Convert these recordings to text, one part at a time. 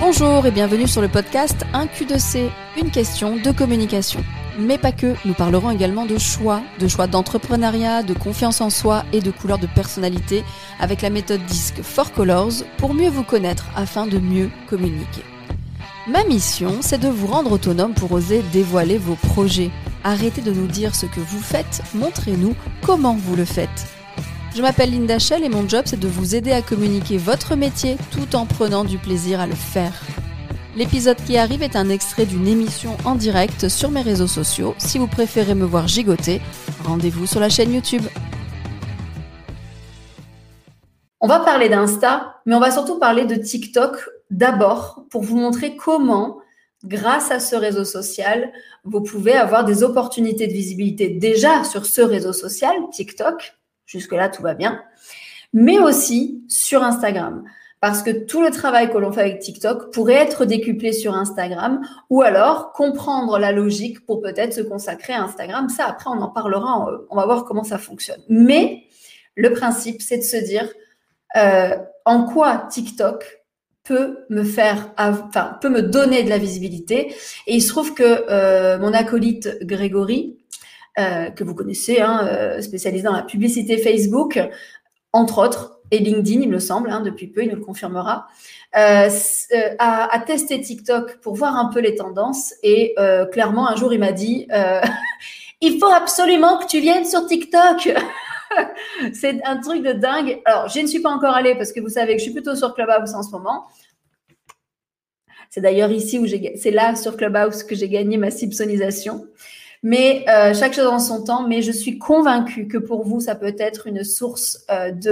Bonjour et bienvenue sur le podcast Un Q2C, une question de communication. Mais pas que, nous parlerons également de choix d'entrepreneuriat, de confiance en soi et de couleurs de personnalité avec la méthode DISC 4 Colors pour mieux vous connaître afin de mieux communiquer. Ma mission, c'est de vous rendre autonome pour oser dévoiler vos projets. Arrêtez de nous dire ce que vous faites, montrez-nous comment vous le faites. Je m'appelle Linda Shell et mon job, c'est de vous aider à communiquer votre métier tout en prenant du plaisir à le faire. L'épisode qui arrive est un extrait d'une émission en direct sur mes réseaux sociaux. Si vous préférez me voir gigoter, rendez-vous sur la chaîne YouTube. On va parler d'Insta, mais on va surtout parler de TikTok d'abord pour vous montrer comment, grâce à ce réseau social, vous pouvez avoir des opportunités de visibilité déjà sur ce réseau social, TikTok. Jusque-là, tout va bien. Mais aussi sur Instagram. Parce que tout le travail que l'on fait avec TikTok pourrait être décuplé sur Instagram ou alors comprendre la logique pour peut-être se consacrer à Instagram. Ça, après, on en parlera. On va voir comment ça fonctionne. Mais le principe, c'est de se dire en quoi TikTok peut me donner de la visibilité. Et il se trouve que mon acolyte Grégory, que vous connaissez, spécialisé dans la publicité Facebook, entre autres, et LinkedIn, il me semble, depuis peu, il nous le confirmera, a testé TikTok pour voir un peu les tendances et clairement, un jour, il m'a dit « Il faut absolument que tu viennes sur TikTok !» C'est un truc de dingue. Alors, je ne suis pas encore allée parce que vous savez que je suis plutôt sur Clubhouse en ce moment. C'est d'ailleurs ici c'est là sur Clubhouse que j'ai gagné ma Simpsonisation. Mais chaque chose en son temps, mais je suis convaincue que pour vous, ça peut être une source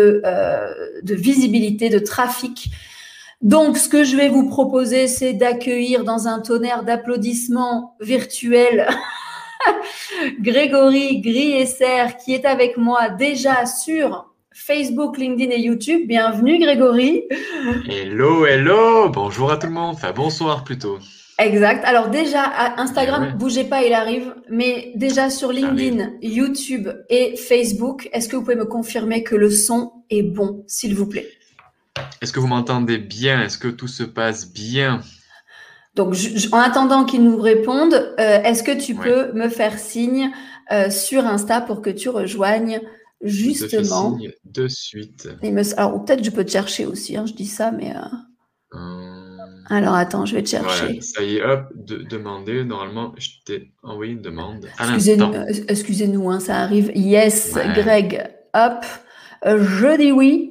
de visibilité, de trafic. Donc, ce que je vais vous proposer, c'est d'accueillir dans un tonnerre d'applaudissements virtuels Grégory Griesser, qui est avec moi déjà sur Facebook, LinkedIn et YouTube. Bienvenue Grégory. Hello, bonjour à tout le monde, enfin bonsoir plutôt. Exact. Alors déjà, à Instagram, bougez pas, il arrive. Mais déjà sur LinkedIn, YouTube et Facebook, est-ce que vous pouvez me confirmer que le son est bon, s'il vous plaît? Est-ce que vous m'entendez bien? Est-ce que tout se passe bien? Donc, en attendant qu'ils nous répondent, est-ce que tu peux me faire signe sur Insta pour que tu rejoignes justement? Je te fais signe de suite. Alors, ou peut-être je peux te chercher aussi, je dis ça, mais... Alors, attends, je vais te chercher. Voilà, ça y est, hop, demander. Normalement, je t'ai envoyé une demande à l'instant. Excusez-nous, ça arrive. Yes, ouais. Greg, hop. Je dis oui.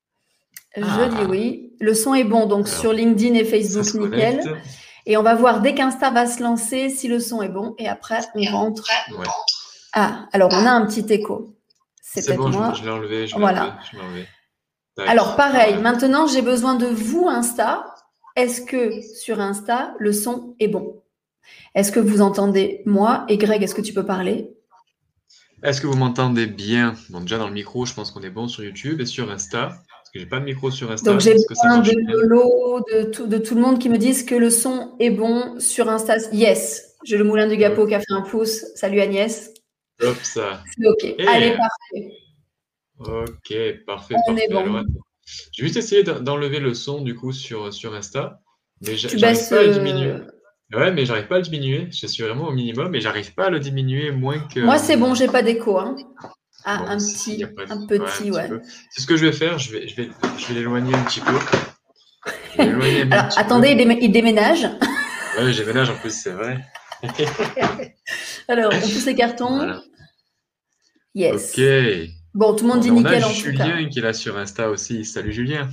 Je dis oui. Le son est bon, donc alors, sur LinkedIn et Facebook, nickel. Et on va voir dès qu'Insta va se lancer si le son est bon. Et après, on rentre. Ouais. Ah, alors on a un petit écho. C'est bon, moi. Je l'ai enlevé. Voilà. Alors, pareil, maintenant, j'ai besoin de vous, Insta. Est-ce que sur Insta, le son est bon? Est-ce que vous entendez moi? Et Greg, est-ce que tu peux parler? Est-ce que vous m'entendez bien? Bon, déjà dans le micro, je pense qu'on est bon sur YouTube et sur Insta. Parce que j'ai pas de micro sur Insta. Donc, j'ai besoin de Lolo, de tout le monde qui me disent que le son est bon sur Insta. Yes, j'ai le moulin du Gapo qui a fait un pouce. Salut Agnès. Hop, ça. C'est OK. Hey. Allez, parfait. OK, parfait. On est bon. Alors, je vais juste essayer d'enlever le son du coup sur Insta. Mais j'arrive pas à le diminuer. Ouais, mais j'arrive pas à le diminuer. Je suis vraiment au minimum, mais j'arrive pas à le diminuer moins que. Moi, c'est bon, j'ai pas d'écho. Ah, bon, un petit, ouais. C'est ce que je vais faire. Je vais l'éloigner un petit peu. Alors, attendez, il déménage. Ouais, je déménage en plus, c'est vrai. Alors, on pousse les cartons. Voilà. Yes. OK. Bon, tout le monde dit nickel en tout cas. Julien qui est là sur Insta aussi. Salut Julien.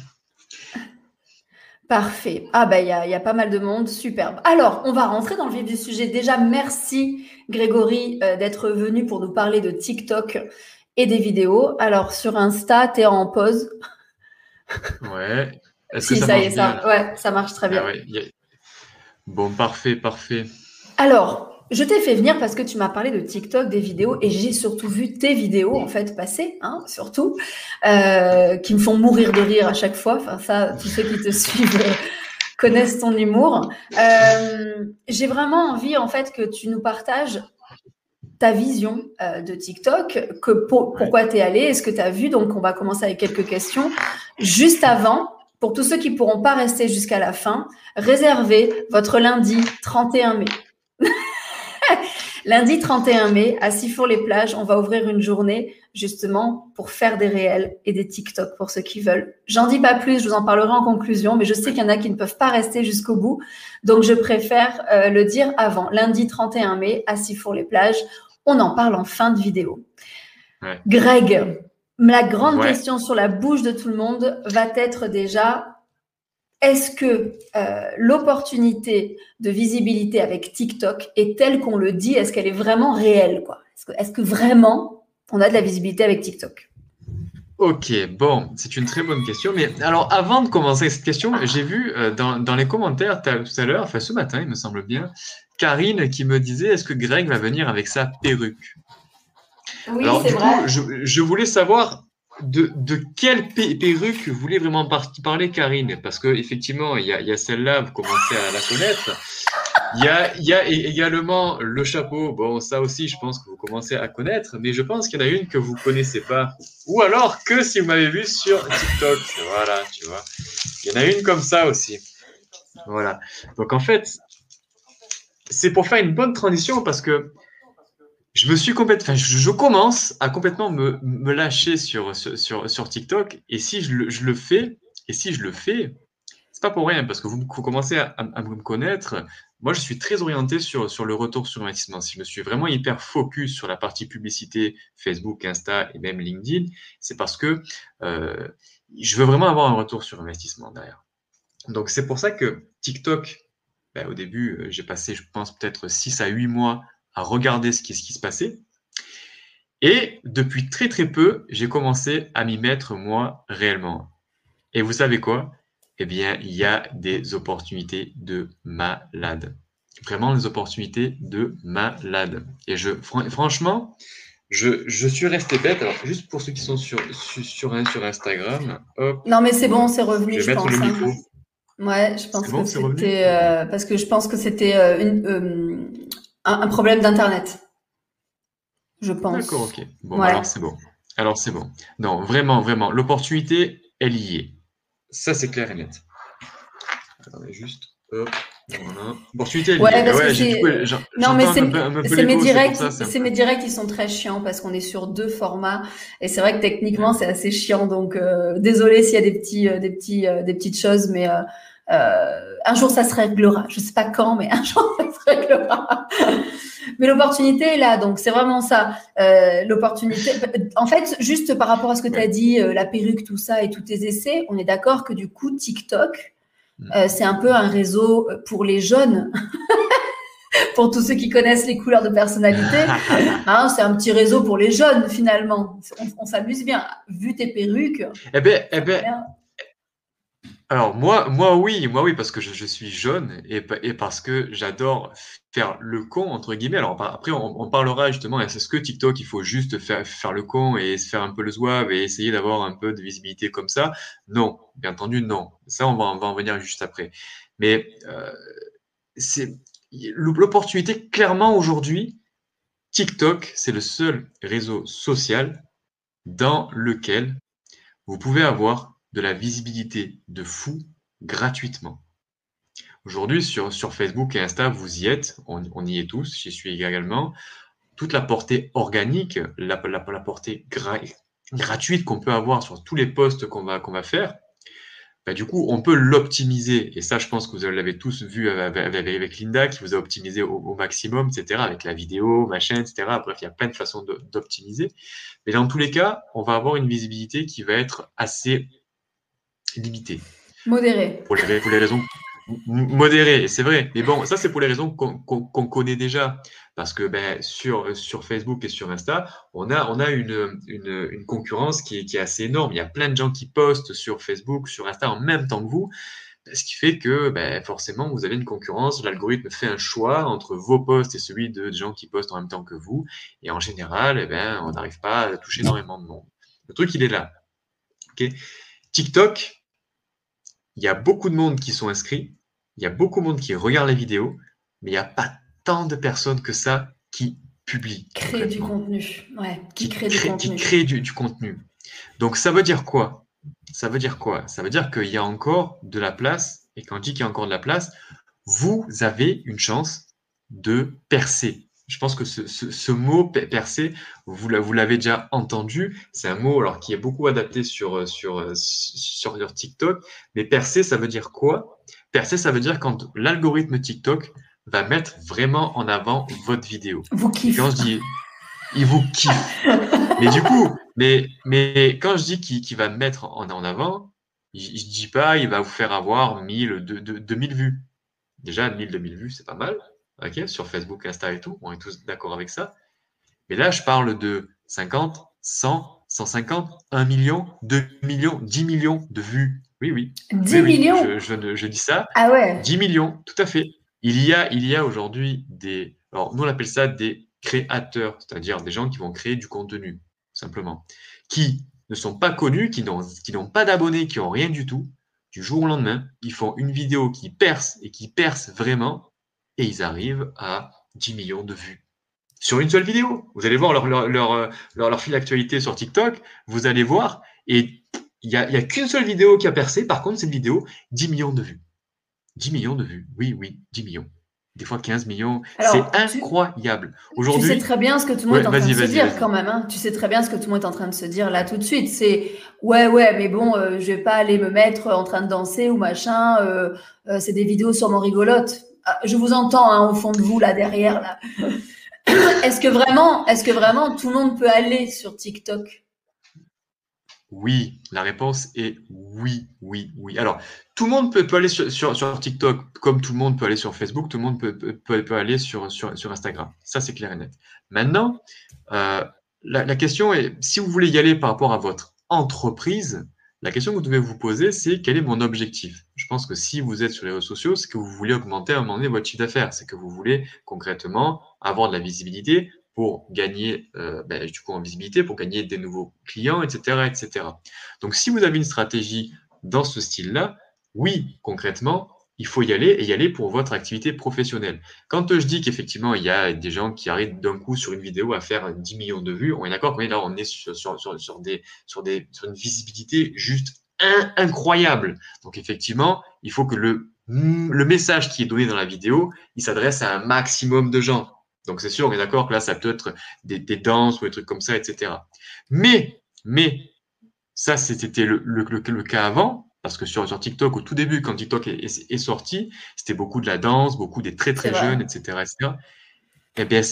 Parfait. Ah il y a pas mal de monde, superbe. Alors, on va rentrer dans le vif du sujet. Déjà, merci Grégory d'être venu pour nous parler de TikTok et des vidéos. Alors, sur Insta, tu es en pause. Ouais. Est-ce que ça marche bien? Ouais, ça marche très bien. Ouais. Bon, parfait. Alors, je t'ai fait venir parce que tu m'as parlé de TikTok, des vidéos, et j'ai surtout vu tes vidéos, en fait, passer, surtout, qui me font mourir de rire à chaque fois. Enfin, ça, tous ceux qui te suivent connaissent ton humour. J'ai vraiment envie, en fait, que tu nous partages ta vision de TikTok, pourquoi tu es allé, est-ce que tu as vu? Donc, on va commencer avec quelques questions. Juste avant, pour tous ceux qui ne pourront pas rester jusqu'à la fin, réservez votre lundi 31 mai. Lundi 31 mai, à Sifour-les-Plages, on va ouvrir une journée justement pour faire des réels et des TikTok pour ceux qui veulent. J'en dis pas plus, je vous en parlerai en conclusion, mais je sais qu'il y en a qui ne peuvent pas rester jusqu'au bout, donc je préfère le dire avant. Lundi 31 mai, à Sifour-les-Plages, on en parle en fin de vidéo. Ouais. Greg, la grande question sur la bouche de tout le monde va être déjà... Est-ce que l'opportunité de visibilité avec TikTok est telle qu'on le dit? Est-ce qu'elle est vraiment réelle, quoi? Est-ce que vraiment on a de la visibilité avec TikTok? Ok, bon, c'est une très bonne question. Mais alors, avant de commencer cette question, j'ai vu dans les commentaires tout à l'heure, enfin ce matin, il me semble bien, Karine qui me disait, est-ce que Greg va venir avec sa perruque? Oui, c'est vrai. Je voulais savoir de quelle perruque vous voulez vraiment parler, Karine? Parce qu'effectivement, il y a celle-là, vous commencez à la connaître. Il y a également le chapeau. Bon, ça aussi, je pense que vous commencez à connaître. Mais je pense qu'il y en a une que vous ne connaissez pas. Ou alors que si vous m'avez vu sur TikTok. Voilà, tu vois. Il y en a une comme ça aussi. Voilà. Donc, en fait, c'est pour faire une bonne transition parce que je commence à complètement me lâcher sur TikTok. Et si je le fais, c'est pas pour rien, parce que vous commencez à me connaître. Moi, je suis très orienté sur le retour sur investissement. Si je me suis vraiment hyper focus sur la partie publicité, Facebook, Insta et même LinkedIn, c'est parce que je veux vraiment avoir un retour sur investissement derrière. Donc, c'est pour ça que TikTok, au début, j'ai passé, je pense, peut-être 6 à 8 mois à regarder ce qui se passait. Et depuis très très peu, j'ai commencé à m'y mettre moi réellement. Et vous savez quoi? Eh bien, il y a des opportunités de malade. Vraiment des opportunités de malade. Et franchement, je suis resté bête. Alors, juste pour ceux qui sont sur Instagram, hop. Non, mais c'est bon, c'est revenu, je vais mettre le micro. Ouais, je pense que c'était parce que je pense que c'était un problème d'internet. Je pense. D'accord, ok. Bon, alors c'est bon. Non, vraiment, l'opportunité, elle y est. Ça, c'est clair et net. Attendez, juste. Hop. Voilà. Opportunité, elle y est. Parce que non, mais c'est mes directs, ils sont très chiants parce qu'on est sur 2 formats et c'est vrai que techniquement, c'est assez chiant. Donc, désolé s'il y a des petites choses, mais un jour, ça se réglera. Je sais pas quand, mais un jour, ça se réglera. Mais l'opportunité est là, donc c'est vraiment ça. L'opportunité. En fait, juste par rapport à ce que tu as dit, la perruque, tout ça et tous tes essais, on est d'accord que du coup, TikTok, c'est un peu un réseau pour les jeunes. Pour tous ceux qui connaissent les couleurs de personnalité, hein, c'est un petit réseau pour les jeunes finalement. On s'amuse bien. Vu tes perruques. Eh ben. Alors moi oui, parce que je suis jeune et parce que j'adore faire le con entre guillemets. Alors après on parlera justement, est-ce que TikTok il faut juste faire le con et se faire un peu le zouave et essayer d'avoir un peu de visibilité comme ça? Non, bien entendu non. Ça on va en venir juste après. Mais c'est l'opportunité clairement aujourd'hui. TikTok, c'est le seul réseau social dans lequel vous pouvez avoir de la visibilité de fou gratuitement. Aujourd'hui, sur Facebook et Insta, vous y êtes, on y est tous, j'y suis également. Toute la portée organique, la portée gratuite qu'on peut avoir sur tous les posts qu'on va faire, du coup, on peut l'optimiser. Et ça, je pense que vous l'avez tous vu avec Linda, qui vous a optimisé au maximum, etc., avec la vidéo, machin, etc. Bref, il y a plein de façons d'optimiser. Mais dans tous les cas, on va avoir une visibilité qui va être assez limitée. Modérée. Pour les raisons modérées, c'est vrai. Mais bon, ça, c'est pour les raisons qu'on connaît déjà. Parce que sur Facebook et sur Insta, on a une concurrence qui est assez énorme. Il y a plein de gens qui postent sur Facebook, sur Insta en même temps que vous. Ce qui fait que forcément, vous avez une concurrence. L'algorithme fait un choix entre vos posts et celui de gens qui postent en même temps que vous. Et en général, on n'arrive pas à toucher énormément de monde. Le truc, il est là. Okay. TikTok, il y a beaucoup de monde qui sont inscrits. Il y a beaucoup de monde qui regarde les vidéos. Mais il n'y a pas tant de personnes que ça qui publient. Créer du contenu. Ouais, qui crée du contenu. Donc, ça veut dire quoi? Ça veut dire quoi? Ça veut dire qu'il y a encore de la place, et quand je dis qu'il y a encore de la place, vous avez une chance de percer. Je pense que ce mot percer, vous l'avez déjà entendu. C'est un mot alors qui est beaucoup adapté sur TikTok. Mais percer, ça veut dire quoi? Percer, ça veut dire quand l'algorithme TikTok va mettre vraiment en avant votre vidéo. Vous Et quand kiffe. je dis il vous kiffe, mais du coup, mais quand je dis qu'il va mettre en avant, je dis pas il va vous faire avoir 2000 vues. Déjà, 1000, 2000 vues, c'est pas mal. Ok, sur Facebook, Insta et tout, on est tous d'accord avec ça. Mais là, je parle de 50, 100, 150, 1 million, 2 millions, 10 millions de vues. Oui, oui, oui, 10 oui, millions? je dis ça. Ah ouais. 10 millions, tout à fait. Il y a aujourd'hui alors nous on appelle ça des créateurs, c'est-à-dire des gens qui vont créer du contenu, simplement, qui ne sont pas connus, qui n'ont pas d'abonnés, qui ont rien du tout. Du jour au lendemain, ils font une vidéo qui perce et qui perce vraiment, et ils arrivent à 10 millions de vues sur une seule vidéo. Vous allez voir leur fil d'actualité sur TikTok, vous allez voir, et il y a qu'une seule vidéo qui a percé. Par contre, cette vidéo, 10 millions de vues. 10 millions de vues. Oui, oui, 10 millions. Des fois 15 millions. C'est Alors, incroyable. tu sais Aujourd'hui, très bien ce que tout le monde ouais, est en train de vas-y, se vas-y, dire vas-y. quand même, hein. Tu sais très bien ce que tout le monde est en train de se dire là tout de suite. C'est ouais, ouais, mais bon, je vais pas aller me mettre en train de danser ou machin. C'est des vidéos sûrement rigolotes. Ah, je vous entends hein, au fond de vous là derrière là. Est-ce que vraiment tout le monde peut aller sur TikTok? Oui, la réponse est oui, oui, oui. Alors, tout le monde peut aller sur TikTok, comme tout le monde peut aller sur Facebook, tout le monde peut aller sur Instagram. Ça, c'est clair et net. Maintenant, euh, la question est, si vous voulez y aller par rapport à votre entreprise, la question que vous devez vous poser, c'est quel est mon objectif? Je pense que si vous êtes sur les réseaux sociaux, c'est que vous voulez augmenter à un moment donné votre chiffre d'affaires, c'est que vous voulez concrètement avoir de la visibilité pour gagner du coup en visibilité, pour gagner des nouveaux clients, etc., etc. Donc, si vous avez une stratégie dans ce style-là, oui, concrètement, il faut y aller et y aller pour votre activité professionnelle. Quand je dis qu'effectivement, il y a des gens qui arrivent d'un coup sur une vidéo à faire 10 millions de vues, on est d'accord qu'on est là, on est sur une visibilité juste incroyable. Donc, effectivement, il faut que le message qui est donné dans la vidéo, il s'adresse à un maximum de gens. Donc, c'est sûr, on est d'accord que là, ça peut être des danses ou des trucs comme ça, etc. Mais ça, c'était le cas avant, parce que sur TikTok, au tout début, quand TikTok est sorti, c'était beaucoup de la danse, beaucoup des très C'est très vrai. jeunes, etc., etc. Eh bien,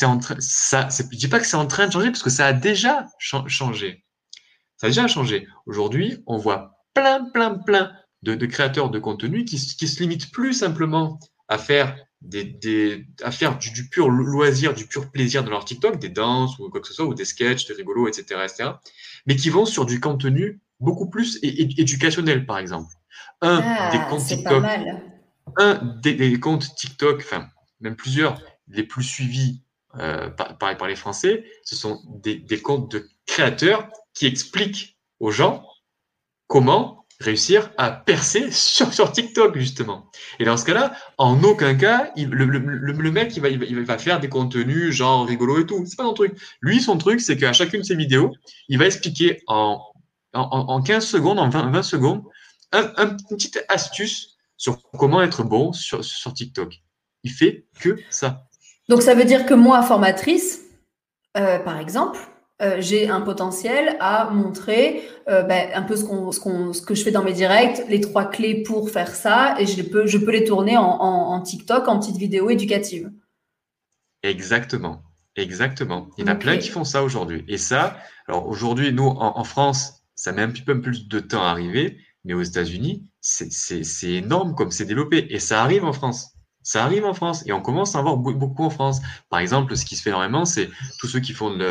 je dis pas que c'est en train de changer, parce que ça a déjà changé. Ça a déjà changé. Aujourd'hui, on voit plein de créateurs de contenu qui se limitent plus simplement à faire à faire du pur loisir, du pur plaisir dans leur TikTok, des danses ou quoi que ce soit, ou des sketchs, des rigolos, etc., etc., mais qui vont sur du contenu beaucoup plus éducationnel, par exemple. Un des Ah, comptes c'est pas TikTok, mal. des comptes TikTok, enfin, même plusieurs, les plus suivis par les Français, ce sont des comptes de créateurs qui expliquent aux gens comment réussir à percer sur TikTok, justement. Et dans ce cas-là, en aucun cas, le mec, il va faire des contenus genre rigolo et tout. C'est pas son truc. Lui, son truc, c'est qu'à chacune de ses vidéos, il va expliquer en 15 secondes, en 20 secondes, une petite astuce sur comment être bon sur TikTok. Il fait que ça. Donc ça veut dire que moi, formatrice, par exemple, j'ai un potentiel à montrer un peu ce que je fais dans mes directs, les 3 clés pour faire ça, et je peux les tourner en TikTok, en petites vidéos éducatives. Exactement. Exactement. Il y en a Ok. plein qui font ça aujourd'hui. Et ça, alors aujourd'hui, nous, en France, ça met un petit peu plus de temps à arriver, mais aux États-Unis, c'est énorme comme c'est développé. Et ça arrive en France. Ça arrive en France. Et on commence à en voir beaucoup en France. Par exemple, ce qui se fait énormément, c'est tous ceux qui font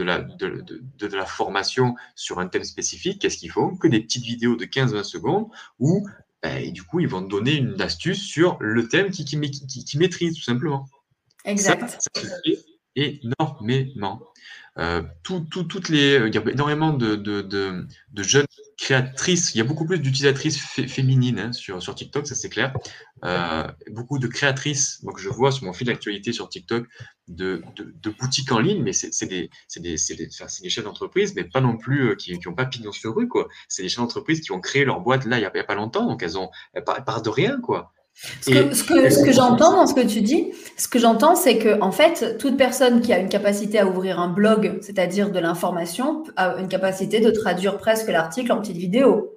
de la formation sur un thème spécifique, qu'est-ce qu'ils font? Que des petites vidéos de 15-20 secondes où, et du coup, ils vont donner une astuce sur le thème qui maîtrisent, tout simplement. Exact. Ça se fait énormément. Il y a énormément de jeunes. créatrices, il y a beaucoup plus d'utilisatrices féminines hein, sur TikTok, ça c'est clair. Beaucoup de créatrices que je vois sur mon fil d'actualité sur TikTok de boutiques en ligne, mais c'est des chefs d'entreprise, mais pas non plus qui n'ont pas pignon sur rue, quoi. C'est des chefs d'entreprise qui ont créé leur boîte là il y a pas longtemps, donc elles partent de rien, quoi. Ce que j'entends dans ce que tu dis, c'est que en fait, toute personne qui a une capacité à ouvrir un blog, c'est-à-dire de l'information, a une capacité de traduire presque l'article en petite vidéo.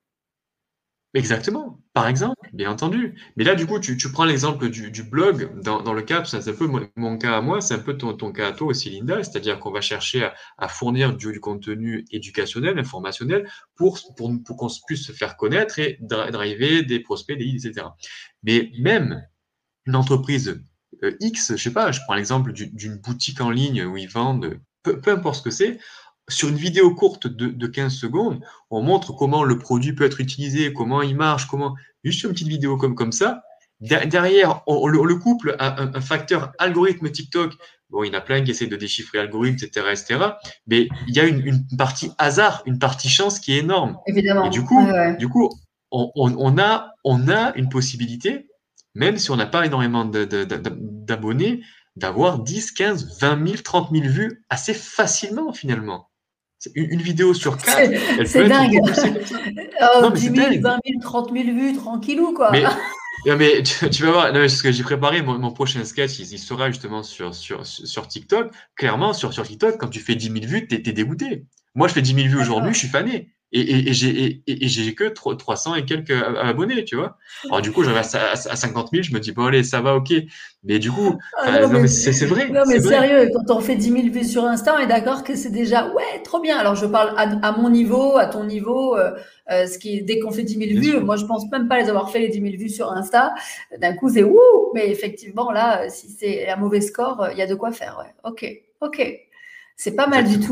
Exactement, par exemple, bien entendu. Mais là, du coup, tu prends l'exemple du blog dans le cas, c'est un peu mon cas à moi, c'est un peu ton cas à toi aussi, Linda, c'est-à-dire qu'on va chercher à fournir du contenu éducationnel, informationnel, pour qu'on puisse se faire connaître et driver des prospects, des leads, etc. Mais même une entreprise X, je sais pas, je prends l'exemple d'une boutique en ligne où ils vendent, peu importe ce que c'est, sur une vidéo courte de 15 secondes, on montre comment le produit peut être utilisé, comment il marche, juste une petite vidéo comme ça. Derrière, on le couple à un facteur algorithme TikTok. Bon, il y en a plein qui essaient de déchiffrer l'algorithme, etc. Mais il y a une partie hasard, une partie chance qui est énorme. Évidemment. Et du coup, Ouais. on a une possibilité, même si on n'a pas énormément d'abonnés, d'avoir 10, 15, 20 000, 30 000 vues assez facilement finalement. Une vidéo sur 4, elle peut être propulsée comme ça. Oh, Non, mais 10 c'est 000, dingue. 20 000, 30 000 vues, tranquillou, quoi. Mais tu vas voir, non, ce que j'ai préparé, mon prochain sketch, il sera justement sur TikTok. Clairement, sur TikTok, quand tu fais 10 000 vues, t'es dégoûté. Moi, je fais 10 000 vues aujourd'hui, je suis fané. Et j'ai que 300 et quelques abonnés, tu vois. Alors, du coup, j'arrive à 50 000, je me dis, bon, allez, ça va, ok. Mais du coup, non, mais c'est vrai. Non, mais C'est vrai. sérieux, quand on fait 10 000 vues sur Insta, on est d'accord que c'est déjà, ouais, trop bien. Alors, je parle à mon niveau, à ton niveau, dès qu'on fait 10 000 Bien vues, sûr. moi, je pense même pas les avoir fait les 10 000 vues sur Insta. D'un coup, c'est wouh! Mais effectivement, là, si c'est un mauvais score, il y a de quoi faire, ouais. Ok. C'est pas mal du tout.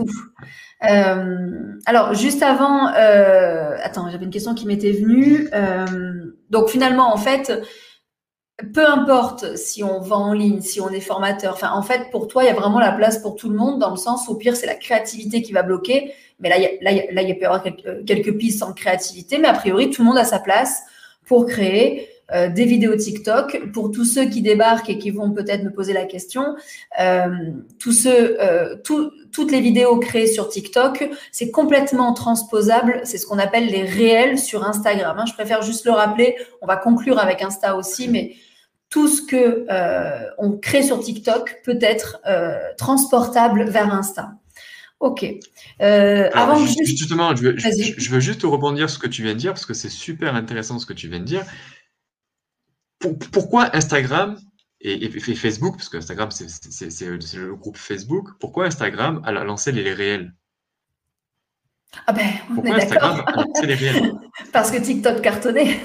Alors, juste avant, attends, j'avais une question qui m'était venue. Donc, finalement, en fait, peu importe si on vend en ligne, si on est formateur, enfin, en fait, pour toi, il y a vraiment la place pour tout le monde, dans le sens où, au pire, c'est la créativité qui va bloquer. Mais là, il peut y avoir quelques pistes en créativité, mais a priori, tout le monde a sa place pour créer des vidéos TikTok. Pour tous ceux qui débarquent et qui vont peut-être me poser la question, toutes les vidéos créées sur TikTok, c'est complètement transposable. C'est ce qu'on appelle les réels sur Instagram. Je préfère juste le rappeler. On va conclure avec Insta aussi, mais tout ce que on crée sur TikTok peut être transportable vers Insta. Ok. Alors, justement, je veux juste rebondir sur ce que tu viens de dire, parce que c'est super intéressant ce que tu viens de dire. Pourquoi Instagram et Facebook, parce que Instagram, c'est le groupe Facebook, pourquoi Instagram a lancé les réels? Ah ben, pourquoi Instagram a lancé les réels? Parce que TikTok cartonnait.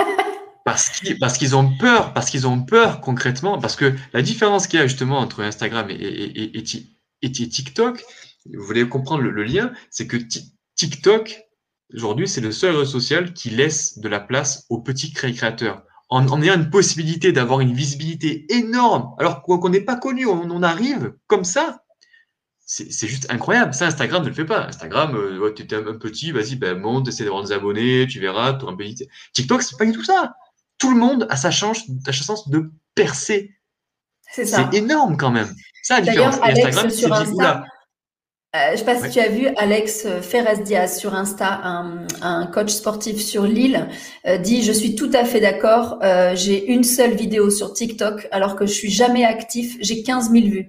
Parce qu'ils ont peur concrètement, parce que la différence qu'il y a justement entre Instagram et TikTok, vous voulez comprendre le lien, c'est que TikTok, aujourd'hui, c'est le seul réseau social qui laisse de la place aux petits créateurs. En ayant une possibilité d'avoir une visibilité énorme, alors qu'on n'est pas connu, on arrive comme ça. C'est juste incroyable. Ça, Instagram ne le fait pas. Instagram, tu es un petit, vas-y, monte, essaie d'avoir des abonnés, tu verras, tu auras un petit. TikTok, c'est pas du tout ça. Tout le monde a sa chance de percer. C'est énorme quand même. Ça, la différence. D'ailleurs, Alex, Instagram, sur Insta, je ne sais pas si tu as vu Alex Ferres-Diaz sur Insta, un coach sportif sur Lille, dit: je suis tout à fait d'accord, j'ai une seule vidéo sur TikTok alors que je suis jamais actif, j'ai 15 000 vues.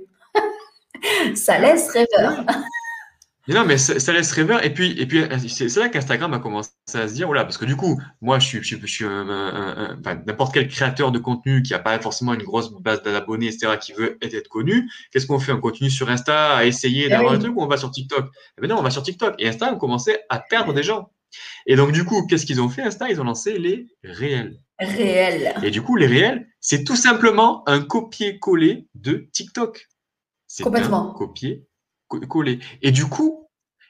Ça laisse rêveur. Mais non, mais ça laisse rêveur. Et puis c'est là qu'Instagram a commencé à se dire, voilà, parce que du coup, moi, je suis n'importe quel créateur de contenu qui n'a pas forcément une grosse base d'abonnés, etc., qui veut être connu. Qu'est-ce qu'on fait? On continue sur Insta à essayer d'avoir un truc, ou on va sur TikTok? Eh non, on va sur TikTok. Et Insta, on commençait à perdre des gens. Et donc, du coup, qu'est-ce qu'ils ont fait, Insta? Ils ont lancé les réels. Et du coup, les réels, c'est tout simplement un copier-coller de TikTok. C'est un copier-coller. Et du coup,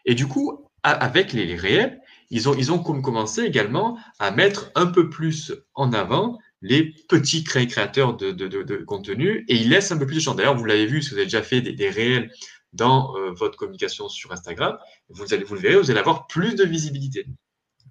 avec les réels, ils ont commencé également à mettre un peu plus en avant les petits créateurs de contenu, et ils laissent un peu plus de chance. D'ailleurs, vous l'avez vu, si vous avez déjà fait des réels dans votre communication sur Instagram, vous le verrez, vous allez avoir plus de visibilité.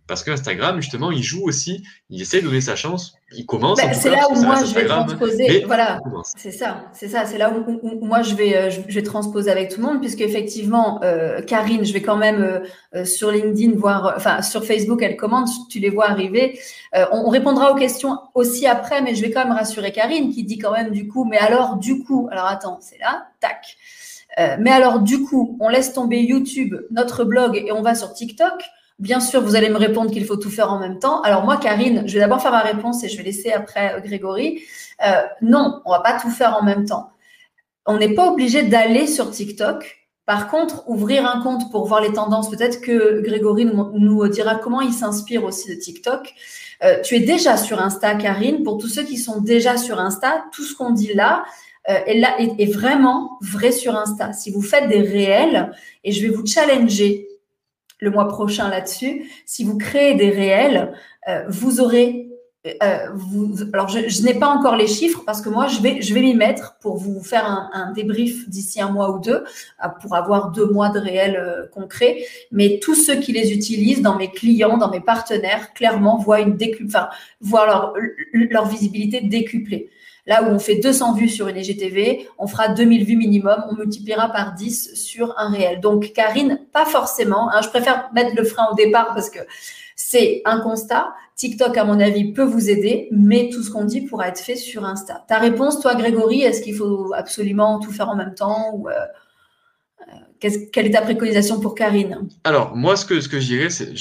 Parce qu'Instagram, justement, il joue aussi, il essaie de donner sa chance. Il commence en tout C'est cas, là parce que où ça moi reste je vais Instagram, transposer, mais il voilà, commence. c'est là où moi je vais transposer avec tout le monde, puisque effectivement, Karine, je vais quand même sur LinkedIn voir, enfin sur Facebook, elle commente, tu les vois arriver. On répondra aux questions aussi après, mais je vais quand même rassurer Karine qui dit quand même du coup, mais alors du coup, alors attends, c'est là, tac. Mais alors, du coup, on laisse tomber YouTube, notre blog, et on va sur TikTok. Bien sûr, vous allez me répondre qu'il faut tout faire en même temps. Alors moi, Karine, je vais d'abord faire ma réponse et je vais laisser après Grégory. Non, on va pas tout faire en même temps. On n'est pas obligé d'aller sur TikTok. Par contre, ouvrir un compte pour voir les tendances, peut-être que Grégory nous dira comment il s'inspire aussi de TikTok. Tu es déjà sur Insta, Karine. Pour tous ceux qui sont déjà sur Insta, tout ce qu'on dit là, est vraiment vrai sur Insta. Si vous faites des réels, et je vais vous challenger le mois prochain là-dessus, si vous créez des réels, vous aurez alors, je n'ai pas encore les chiffres parce que moi, je vais m'y mettre pour vous faire un débrief d'ici un mois ou deux, pour avoir 2 mois de réels concrets. Mais tous ceux qui les utilisent, dans mes clients, dans mes partenaires, clairement voient voient leur visibilité décuplée. Là où on fait 200 vues sur une IGTV, on fera 2000 vues minimum, on multipliera par 10 sur un réel. Donc, Karine, pas forcément. Je préfère mettre le frein au départ parce que c'est un constat. TikTok, à mon avis, peut vous aider, mais tout ce qu'on dit pourra être fait sur Insta. Ta réponse, toi, Grégory, est-ce qu'il faut absolument tout faire en même temps ou quelle est ta préconisation pour Karine? Alors, moi, ce que je dirais, c'est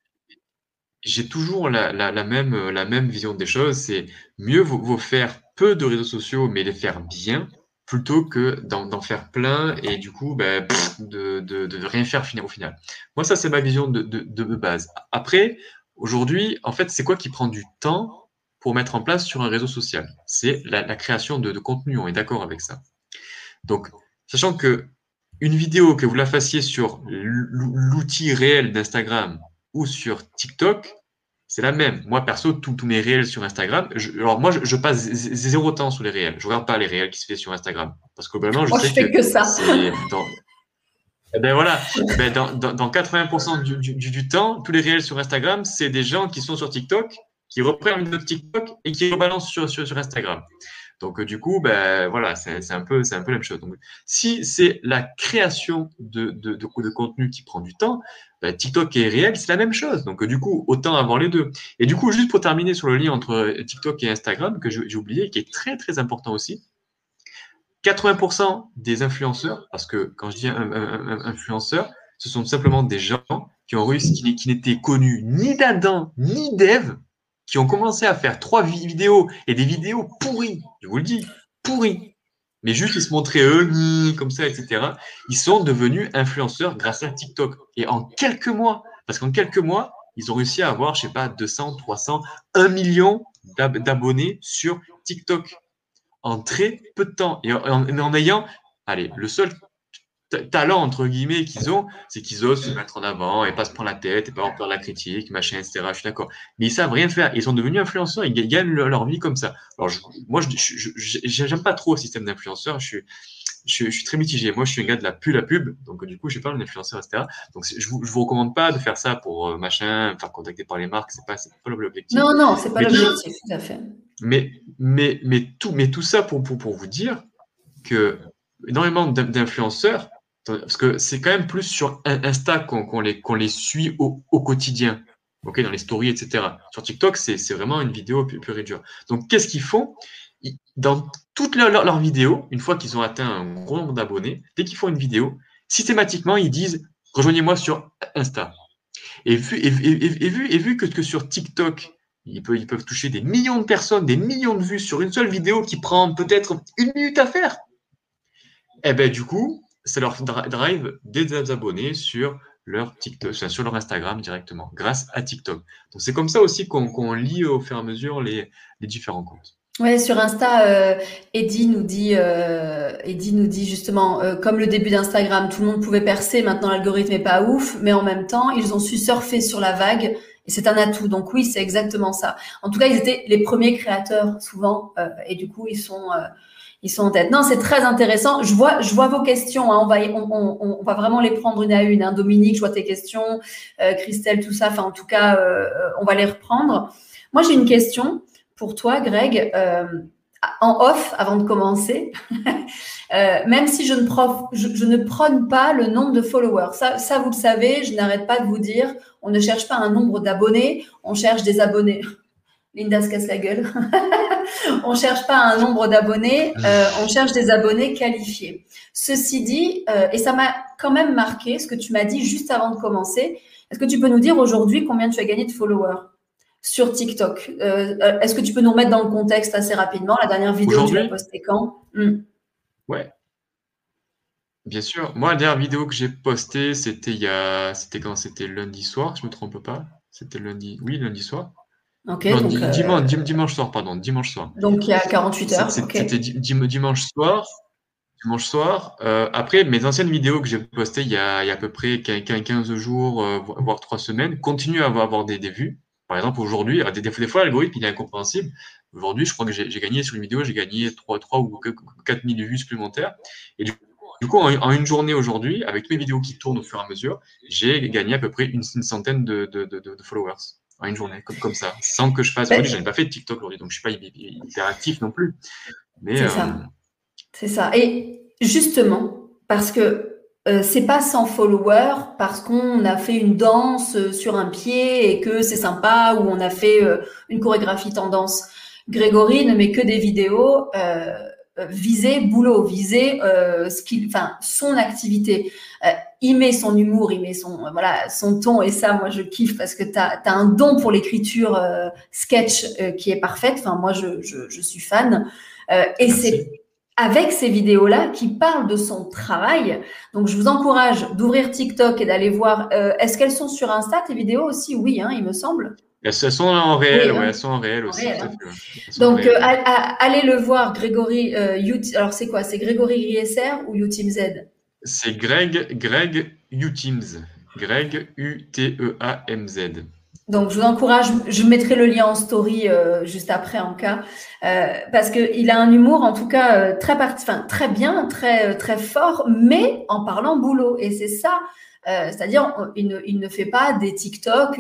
j'ai toujours la même vision des choses. C'est mieux vaut faire peu de réseaux sociaux, mais les faire bien, plutôt que d'en faire plein et du coup, ben, de rien faire au final. Moi, ça, c'est ma vision de base. Après, aujourd'hui, en fait, c'est quoi qui prend du temps pour mettre en place sur un réseau social? C'est la création de contenu. On est d'accord avec ça. Donc, sachant que une vidéo, que vous la fassiez sur l'outil réel d'Instagram ou sur TikTok, c'est la même. Moi, perso, tous mes réels sur Instagram, alors moi, je passe zéro temps sur les réels. Je regarde pas les réels qui se fait sur Instagram. Parce que globalement, je Moi, je sais fais que que ça. c'est dans, eh ben voilà, eh ben dans 80% du temps, tous les réels sur Instagram, c'est des gens qui sont sur TikTok, qui reprennent une vidéo de TikTok et qui rebalancent sur Instagram. Donc du coup, ben voilà, c'est un peu la même chose. Donc, si c'est la création de contenu qui prend du temps, ben, TikTok et réel, c'est la même chose. Donc du coup, autant avoir les deux. Et du coup, juste pour terminer sur le lien entre TikTok et Instagram, que j'ai oublié, qui est très très important aussi, 80% des influenceurs, parce que quand je dis influenceur, ce sont simplement des gens qui ont réussi, qui n'étaient connus ni d'Adam ni d'Ève, qui ont commencé à faire 3 vidéos et des vidéos pourries, je vous le dis, pourries. Mais juste ils se montraient eux, comme ça, etc. Ils sont devenus influenceurs grâce à TikTok. Et en quelques mois, parce qu'en quelques mois, ils ont réussi à avoir, je sais pas, 200, 300, 1 million d'abonnés sur TikTok en très peu de temps et en ayant, allez, le seul talent entre guillemets qu'ils ont, c'est qu'ils osent se mettre en avant et pas se prendre la tête et pas avoir peur de la critique, machin, etc. Je suis d'accord. Mais ils savent rien faire. Ils sont devenus influenceurs. Ils gagnent leur vie comme ça. Alors moi, j'aime pas trop le système d'influenceurs. Je suis très mitigé. Moi, je suis un gars de la pub. Donc, du coup, je parle d'influenceurs, etc. Donc, je vous recommande pas de faire ça pour machin, faire contacter par les marques. C'est pas l'objectif. Non, non, c'est pas Mais tout, l'objectif, tout à fait. mais tout ça pour vous dire que énormément d'influenceurs, parce que c'est quand même plus sur Insta qu'on les suit au quotidien, ok, dans les stories, etc. Sur TikTok, c'est vraiment une vidéo pure et dure. Donc, qu'est-ce qu'ils font? Dans toutes leurs vidéos, une fois qu'ils ont atteint un gros nombre d'abonnés, dès qu'ils font une vidéo, systématiquement, ils disent rejoignez-moi sur Insta. Et vu que sur TikTok, ils peuvent toucher des millions de personnes, des millions de vues sur une seule vidéo qui prend peut-être 1 minute à faire, et ben du coup, ça leur drive des abonnés sur leur TikTok, sur leur Instagram directement, grâce à TikTok. Donc c'est comme ça aussi qu'on lit au fur et à mesure les différents comptes. Ouais, sur Insta, Eddie nous dit justement, comme le début d'Instagram, tout le monde pouvait percer, maintenant l'algorithme est pas ouf, mais en même temps, ils ont su surfer sur la vague Et c'est un atout. Donc oui, c'est exactement ça. En tout cas, ils étaient les premiers créateurs souvent, et du coup, ils sont en tête. Non, c'est très intéressant. Je vois vos questions. Hein. On va vraiment les prendre une à une. Hein. Dominique, je vois tes questions. Christelle, tout ça. Enfin, en tout cas, on va les reprendre. Moi, j'ai une question pour toi, Greg. En off, avant de commencer, même si je ne prône pas le nombre de followers. Ça, vous le savez, je n'arrête pas de vous dire, on ne cherche pas un nombre d'abonnés, on cherche des abonnés. Linda se casse la gueule. On cherche pas un nombre d'abonnés, on cherche des abonnés qualifiés. Ceci dit, et ça m'a quand même marqué ce que tu m'as dit juste avant de commencer. Est-ce que tu peux nous dire aujourd'hui combien tu as gagné de followers sur TikTok? Est-ce que tu peux nous remettre dans le contexte assez rapidement? La dernière vidéo, tu l'as postée quand? Ouais, bien sûr. Moi, la dernière vidéo que j'ai postée, c'était quand? C'était lundi soir, je me trompe pas. C'était lundi, oui, lundi soir. Ok, Non, donc, dimanche soir, pardon, dimanche soir. donc il y a 48 heures. Ok. C'était dimanche soir. Dimanche soir. Après, mes anciennes vidéos que j'ai postées il y a à peu près 15 jours, voire 3 semaines, continuent à avoir des vues. Par exemple, aujourd'hui, des fois, l'algorithme, il est incompréhensible. Aujourd'hui, je crois que j'ai gagné sur une vidéo, j'ai gagné 3 ou 4 000 vues supplémentaires. Et du coup, en une journée aujourd'hui, avec mes vidéos qui tournent au fur et à mesure, j'ai gagné à peu près une centaine de followers en une journée, comme ça, sans que je fasse. Aujourd'hui, je n'ai pas fait de TikTok aujourd'hui, donc je suis pas hyper actif non plus. Mais C'est ça. C'est ça. Et justement, parce que c'est pas 100 followers, parce qu'on a fait une danse sur un pied et que c'est sympa, ou on a fait une chorégraphie tendance. Grégory ne met que des vidéos visées boulot, visées enfin son activité. Il met son humour, il met son voilà son ton, et ça, moi je kiffe parce que t'as un don pour l'écriture sketch qui est parfaite. Enfin, moi je suis fan. Et merci. c'est avec ces vidéos-là qui parlent de son travail. Donc, je vous encourage d'ouvrir TikTok et d'aller voir. Est-ce qu'elles sont sur Insta, tes vidéos aussi? Oui, hein, il me semble. Elles sont en réel, Oui, ouais, hein, elles sont en réel en aussi, réel. tout à Hein. fait. Ouais. Elles sont en Donc, réel, ouais. allez le voir, Grégory. Alors, c'est quoi? C'est Grégory Griesser ou UTeamZ? C'est Greg Uteams. Greg Uteamz. Donc, je vous encourage, je mettrai le lien en story juste après en cas, parce qu'il a un humour en tout cas très bien, très fort, mais en parlant boulot. Et c'est ça, c'est-à-dire il ne fait pas des TikTok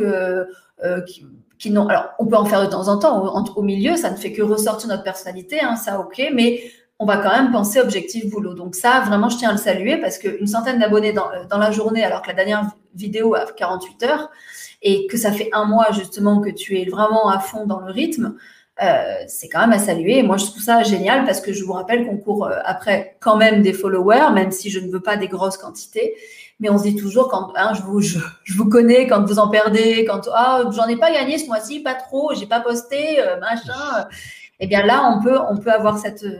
qui n'ont. Alors, on peut en faire de temps en temps au milieu, ça ne fait que ressortir notre personnalité, hein, ça ok, mais on va quand même penser objectif boulot. Donc ça, vraiment, je tiens à le saluer parce qu'une centaine d'abonnés dans la journée, alors que la dernière vidéo a 48 heures, et que ça fait un mois justement que tu es vraiment à fond dans le rythme, c'est quand même à saluer. Et moi, je trouve ça génial parce que je vous rappelle qu'on court après quand même des followers, même si je ne veux pas des grosses quantités. Mais on se dit toujours, quand hein, je vous connais, quand vous en perdez, quand j'en ai pas gagné ce mois-ci, pas trop, j'ai pas posté, machin. Eh bien là, on peut avoir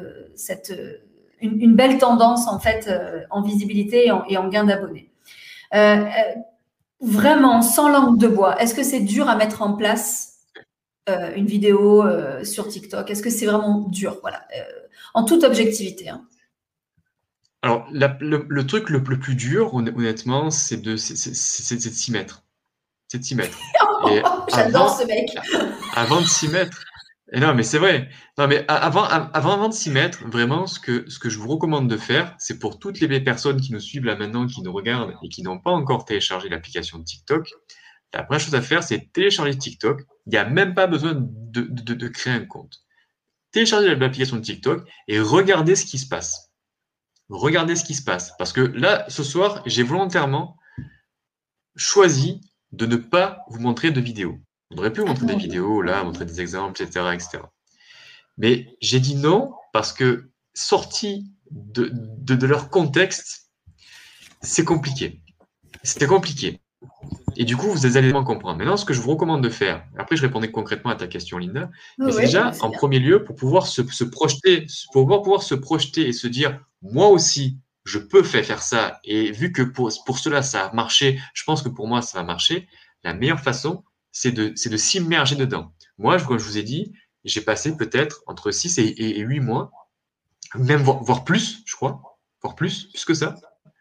une belle tendance en fait en visibilité et en gain d'abonnés. Vraiment, sans langue de bois, est-ce que c'est dur à mettre en place une vidéo sur TikTok? Est-ce que c'est vraiment dur? Voilà, en toute objectivité. Hein. Alors, le truc le plus dur, honnêtement, c'est de s'y mettre. C'est de s'y mettre. Et J'adore ce mec. avant de s'y mettre, et non, mais c'est vrai. Non, mais avant de s'y mettre, vraiment, ce que je vous recommande de faire, c'est pour toutes les personnes qui nous suivent là maintenant, qui nous regardent et qui n'ont pas encore téléchargé l'application de TikTok, la première chose à faire, c'est télécharger TikTok. Il n'y a même pas besoin de créer un compte. Téléchargez l'application de TikTok et regardez ce qui se passe. Regardez ce qui se passe. Parce que là, ce soir, j'ai volontairement choisi de ne pas vous montrer de vidéos. On aurait pu vous montrer des vidéos, là, montrer des exemples, etc., etc. Mais j'ai dit non parce que sorti de leur contexte, c'est compliqué. C'était compliqué. Et du coup, vous allez vraiment comprendre. Maintenant, ce que je vous recommande de faire, après je répondais concrètement à ta question, Linda, mais c'est déjà, en premier lieu, pour pouvoir se projeter, pour pouvoir se projeter et se dire, moi aussi, je peux faire ça. Et vu que pour cela, ça a marché, je pense que pour moi, ça va marcher. La meilleure façon, c'est de s'immerger dedans. Moi, comme je vous ai dit, j'ai passé peut-être entre 6 et 8 mois, même voire plus, je crois, voire plus que ça,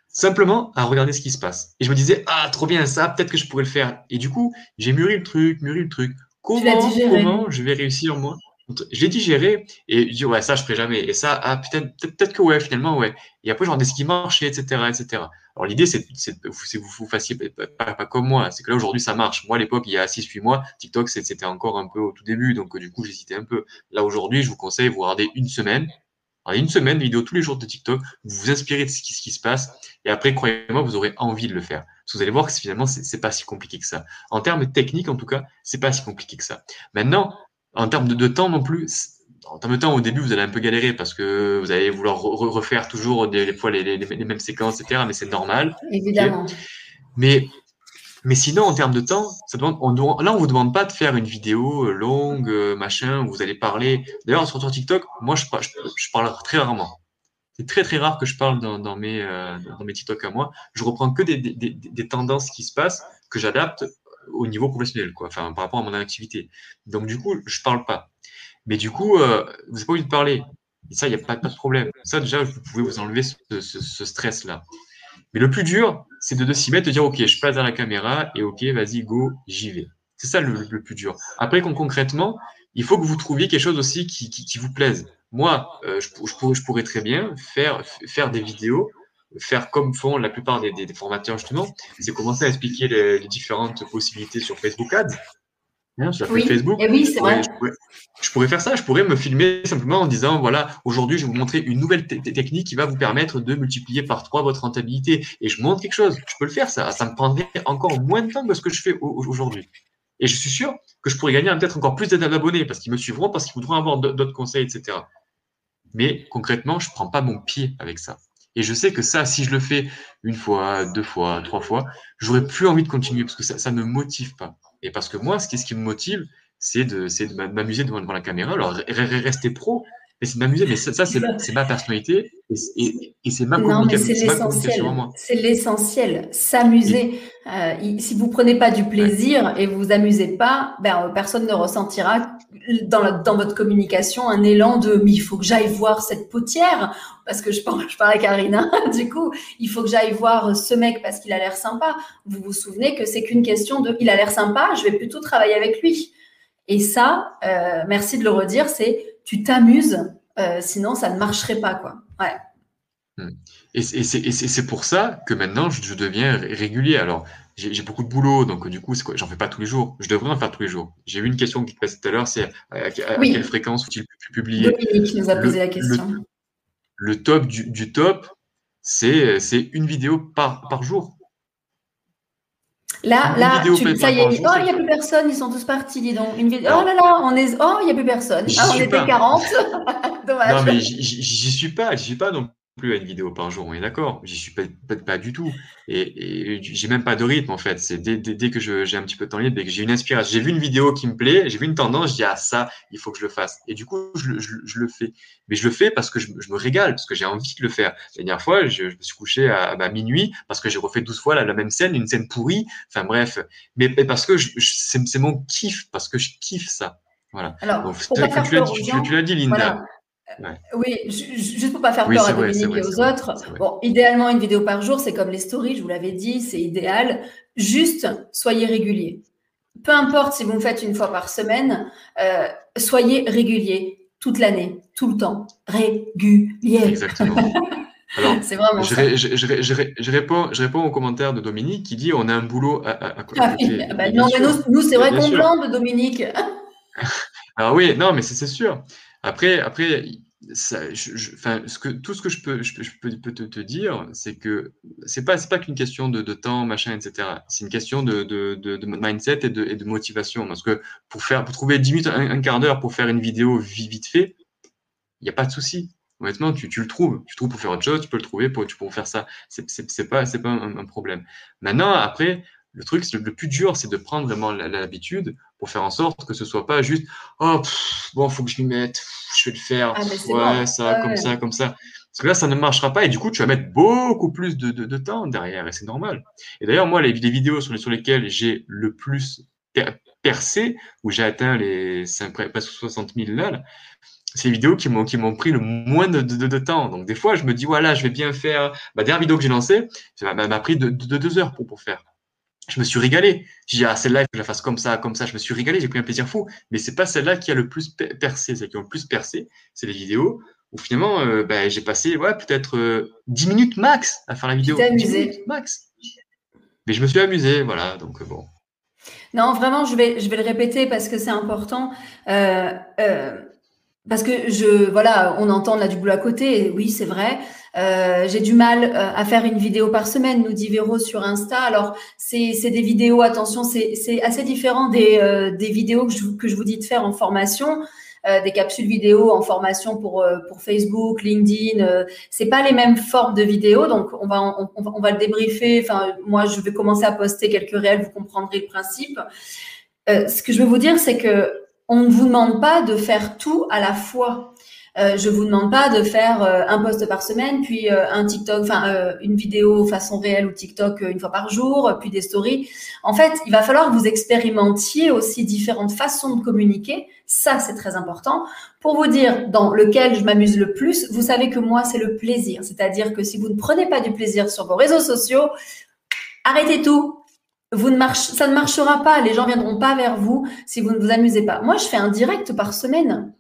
simplement à regarder ce qui se passe. Et je me disais, ah, trop bien ça, peut-être que je pourrais le faire. Et du coup, j'ai mûri le truc, mûri le truc. Tu l'as digéré. Comment je vais réussir moi? Je l'ai digéré et je dis, ouais, ça, je ferai jamais. Et ça, ah, peut-être que ouais, finalement, ouais. Et après, genre, des ce qui marchait, etc., etc. Alors, l'idée, c'est que vous fassiez pas comme moi. C'est que là, aujourd'hui, ça marche. Moi, à l'époque, il y a 6 8 mois, TikTok, c'était encore un peu au tout début. Donc, du coup, j'hésitais un peu. Là, aujourd'hui, je vous conseille, vous regardez une semaine. Alors, une semaine, vidéo tous les jours de TikTok, vous vous inspirez de ce qui se passe, et après, croyez-moi, vous aurez envie de le faire. Parce que vous allez voir que finalement, c'est pas si compliqué que ça. En termes techniques, en tout cas, c'est pas si compliqué que ça. Maintenant, en termes de temps non plus, en termes de temps, au début, vous allez un peu galérer parce que vous allez vouloir refaire toujours des fois les mêmes séquences, etc. Mais c'est normal. Ok. Évidemment. Mais mais sinon, en termes de temps, là, on vous demande pas de faire une vidéo longue, machin, où vous allez parler. D'ailleurs, sur TikTok, moi, je parle très rarement. C'est très très rare que je parle dans mes TikTok à moi. Je reprends que des tendances qui se passent que j'adapte au niveau professionnel, quoi. Enfin, par rapport à mon activité. Donc, du coup, je parle pas. Mais du coup, vous n'avez pas envie de parler. Et ça, il n'y a pas de problème. Ça, déjà, vous pouvez vous enlever ce stress-là. Mais le plus dur, c'est de s'y mettre, de dire, OK, je passe à la caméra et OK, vas-y, go, j'y vais. C'est ça le plus dur. Après, concrètement, il faut que vous trouviez quelque chose aussi qui vous plaise. Moi, je pourrais très bien faire des vidéos, faire comme font la plupart des formateurs, justement, c'est commencer à expliquer les différentes possibilités sur Facebook Ads, hein, sur la pub Oui, Facebook. et oui, c'est vrai. Je pourrais faire ça, je pourrais me filmer simplement en disant, voilà, aujourd'hui, je vais vous montrer une nouvelle technique qui va vous permettre de multiplier par 3 votre rentabilité. Et je montre quelque chose. Je peux le faire, ça me prendrait encore moins de temps que ce que je fais aujourd'hui. Et je suis sûr que je pourrais gagner peut-être encore plus d'abonnés parce qu'ils me suivront, parce qu'ils voudront avoir d'autres conseils, etc. Mais concrètement, je prends pas mon pied avec ça. Et je sais que ça, si je le fais une fois, 2 fois, 3 fois, j'aurais plus envie de continuer parce que ça me motive pas. Et parce que moi, ce qui me motive, c'est de m'amuser devant la caméra. Alors, rester pro, mais c'est de m'amuser. Mais ça c'est ma personnalité et c'est Non, mais c'est ma communication à c'est l'essentiel. moi. C'est l'essentiel. Et, S'amuser. Si vous prenez pas du ouais, plaisir et vous vous amusez pas, ben, personne ne ressentira dans votre communication un élan de mais il faut que j'aille voir cette potière parce que je parle à Karina. Du coup, il faut que j'aille voir ce mec parce qu'il a l'air sympa. Vous vous souvenez que c'est qu'une question de il a l'air sympa, je vais plutôt travailler avec lui. Et ça, merci de le redire, c'est tu t'amuses, sinon ça ne marcherait pas quoi. Ouais. Hmm. C'est pour ça que maintenant je deviens régulier. Alors, j'ai beaucoup de boulot, donc du coup, c'est quoi, j'en fais pas tous les jours. Je devrais en faire tous les jours. J'ai eu une question qui passait tout à l'heure, c'est à quelle Oui, fréquence faut-il publier? Dominique nous a posé Le, la le, question. le top du top, c'est une vidéo par jour. Une Là, vidéo ça y est, par jour, oh, c'est il le n'y a top. plus personne, ils sont tous partis, dis donc. Oh là Alors, là, oh, il n'y a plus personne. j'y Ah, on suis était pas. 40. Non, Dommage. mais j'y suis pas non plus à une vidéo par jour, on est d'accord. J'y suis pas du tout. Et j'ai même pas de rythme, en fait. C'est dès que j'ai un petit peu de temps libre, dès que j'ai une inspiration. J'ai vu une vidéo qui me plaît, j'ai vu une tendance, je dis, ah, ça, il faut que je le fasse. Et du coup, je le fais. Mais je le fais parce que je me régale, parce que j'ai envie de le faire. La dernière fois, je me suis couché à minuit parce que j'ai refait 12 fois la même scène, une scène pourrie. Enfin, bref. Mais parce que c'est mon kiff, parce que je kiffe ça. Voilà. Alors, Donc, pour pas faire peur aux tu gens, l'as dit, Linda. voilà. Ouais. Oui, juste pour pas faire Oui, peur à c'est Dominique vrai, et c'est aux vrai, autres. c'est vrai. Bon, idéalement, une vidéo par jour, c'est comme les stories, je vous l'avais dit, c'est idéal. Juste, soyez réguliers. Peu importe si vous me faites une fois par semaine, soyez réguliers toute l'année, tout le temps. Régulier. Exactement. Alors, C'est vraiment ça. je réponds au commentaire de Dominique qui dit on a un boulot à Ah oui, côté. ah Mais ben bien non, mais sûr, nous c'est vrai bien qu'on sûr. blinde, Dominique. Alors oui, non, mais c'est sûr. Après, ça, enfin, tout ce que peux te dire, c'est que c'est pas qu'une question de temps, machin, etc. C'est une question de mindset et de motivation. Parce que pour trouver 10 minutes, un quart d'heure pour faire une vidéo vite fait, il n'y a pas de souci. Honnêtement, tu le trouves. Tu le trouves pour faire autre chose, tu peux le trouver pour faire ça. C'est pas un problème. Maintenant, après, le truc, le plus dur, c'est de prendre vraiment l'habitude pour faire en sorte que ce soit pas juste, oh, bon, faut que je m'y mette, je vais le faire, Ah, mais c'est ouais, bon. ça, Ouais, comme ouais. ça, comme ça. Parce que là, ça ne marchera pas et du coup, tu vas mettre beaucoup plus de temps derrière et c'est normal. Et d'ailleurs, moi, les vidéos sur lesquelles j'ai le plus percé, où j'ai atteint les presque 60 000 là, c'est les vidéos qui m'ont pris le moins de temps. Donc, des fois, je me dis, voilà, je vais bien faire. Ma dernière vidéo que j'ai lancée, ça m'a pris de 2 heures pour faire. Je me suis régalé. J'ai dit, ah, celle-là, il faut que je la fasse comme ça, comme ça. Je me suis régalé, j'ai pris un plaisir fou. Mais c'est pas celle-là qui a le plus percé. Celles qui ont le plus percé, c'est les vidéos où finalement, j'ai passé, ouais, peut-être 10 minutes max à faire la Tu vidéo. t'es 10 amusé. minutes max. Mais je me suis amusé, voilà. Donc, bon. Non, vraiment, je vais le répéter parce que c'est important. Euh, euh, Parce que voilà, on entend là du boulot à côté, et oui, c'est vrai. J'ai du mal à faire une vidéo par semaine, nous dit Véro sur Insta. Alors, c'est des vidéos, attention, c'est assez différent des vidéos que je vous dis de faire en formation, des capsules vidéo en formation pour Facebook, LinkedIn. C'est pas les mêmes formes de vidéos, donc on va le débriefer. Enfin, moi, je vais commencer à poster quelques réels, vous comprendrez le principe. Ce que je veux vous dire, c'est que on ne vous demande pas de faire tout à la fois. Je vous demande pas de faire un post par semaine, puis un TikTok, enfin une vidéo façon réelle ou TikTok une fois par jour, puis des stories. En fait, il va falloir que vous expérimentiez aussi différentes façons de communiquer. Ça, c'est très important. Pour vous dire dans lequel je m'amuse le plus, vous savez que moi, c'est le plaisir. C'est-à-dire que si vous ne prenez pas du plaisir sur vos réseaux sociaux, arrêtez tout. Ça ne marchera pas. Les gens ne viendront pas vers vous si vous ne vous amusez pas. Moi, je fais un direct par semaine.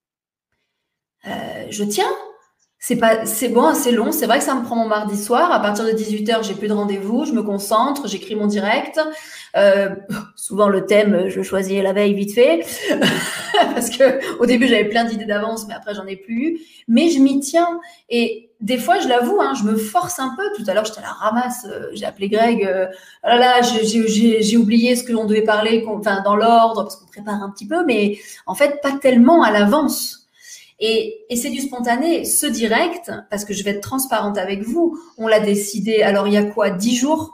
Je tiens. C'est bon, c'est long. C'est vrai que ça me prend mon mardi soir. À partir de 18h, j'ai plus de rendez-vous. Je me concentre. J'écris mon direct. Souvent, le thème, je le choisis la veille vite fait. Parce que au début, j'avais plein d'idées d'avance, mais après, j'en ai plus eu. Mais je m'y tiens. Et des fois, je l'avoue, je me force un peu. Tout à l'heure, j'étais à la ramasse. J'ai appelé Greg. Oh là là, j'ai oublié ce que l'on devait parler, enfin, dans l'ordre, parce qu'on prépare un petit peu, mais en fait, pas tellement à l'avance. Et c'est du spontané. Ce direct, parce que je vais être transparente avec vous, on l'a décidé, alors il y a quoi, 10 jours